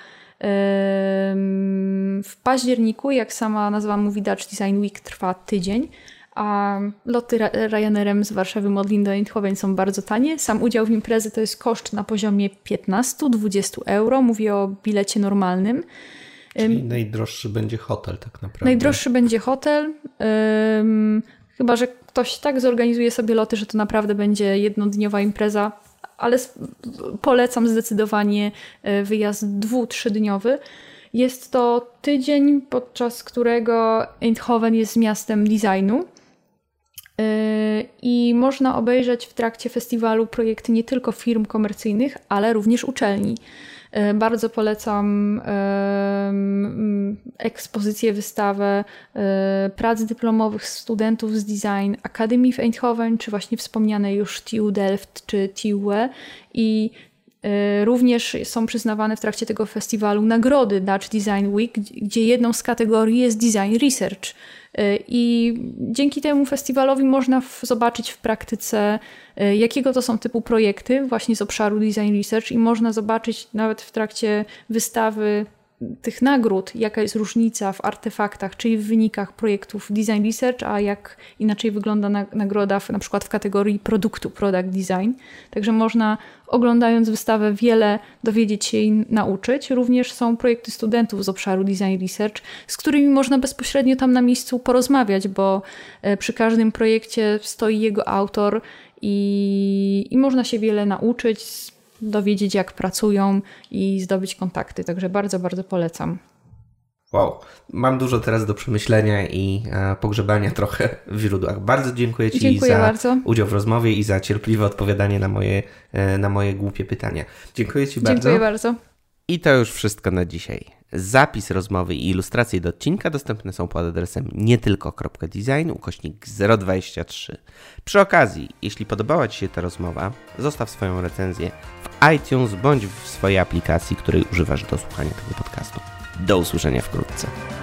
w październiku. Jak sama nazwa mówi, Dutch Design Week trwa tydzień, a loty Ryanairem z Warszawy Modlin do Eindhoven są bardzo tanie. Sam udział w imprezy to jest koszt na poziomie piętnaście do dwudziestu euro. Mówię o bilecie normalnym. Czyli najdroższy będzie hotel tak naprawdę. Najdroższy będzie hotel, um, chyba że ktoś tak zorganizuje sobie loty, że to naprawdę będzie jednodniowa impreza, ale polecam zdecydowanie wyjazd dwu-, trzydniowy. Jest to tydzień, podczas którego Eindhoven jest miastem designu i można obejrzeć w trakcie festiwalu projekty nie tylko firm komercyjnych, ale również uczelni. Bardzo polecam ekspozycję, wystawę prac dyplomowych studentów z design Akademii w Eindhoven, czy właśnie wspomniane już T U Delft czy T U E. I Również są przyznawane w trakcie tego festiwalu nagrody Dutch Design Week, gdzie jedną z kategorii jest Design Research. I dzięki temu festiwalowi można w, zobaczyć w praktyce, jakiego to są typu projekty właśnie z obszaru Design Research i można zobaczyć nawet w trakcie wystawy tych nagród, jaka jest różnica w artefaktach, czyli w wynikach projektów Design Research, a jak inaczej wygląda na, nagroda w, na przykład w kategorii produktu, Product Design. Także można, oglądając wystawę, wiele dowiedzieć się i nauczyć. Również są projekty studentów z obszaru Design Research, z którymi można bezpośrednio tam na miejscu porozmawiać, bo przy każdym projekcie stoi jego autor i, i można się wiele nauczyć, dowiedzieć, jak pracują i zdobyć kontakty. Także bardzo, bardzo polecam. Wow, mam dużo teraz do przemyślenia i e, pogrzebania trochę w źródłach. Bardzo dziękuję Ci dziękuję za bardzo. udział w rozmowie i za cierpliwe odpowiadanie na moje, e, na moje głupie pytania. Dziękuję Ci bardzo. Dziękuję bardzo. I to już wszystko na dzisiaj. Zapis rozmowy i ilustracje do odcinka dostępne są pod adresem nietylko kropka design ukośnik zero dwadzieścia trzy. Przy okazji, jeśli podobała Ci się ta rozmowa, zostaw swoją recenzję w iTunes bądź w swojej aplikacji, której używasz do słuchania tego podcastu. Do usłyszenia wkrótce.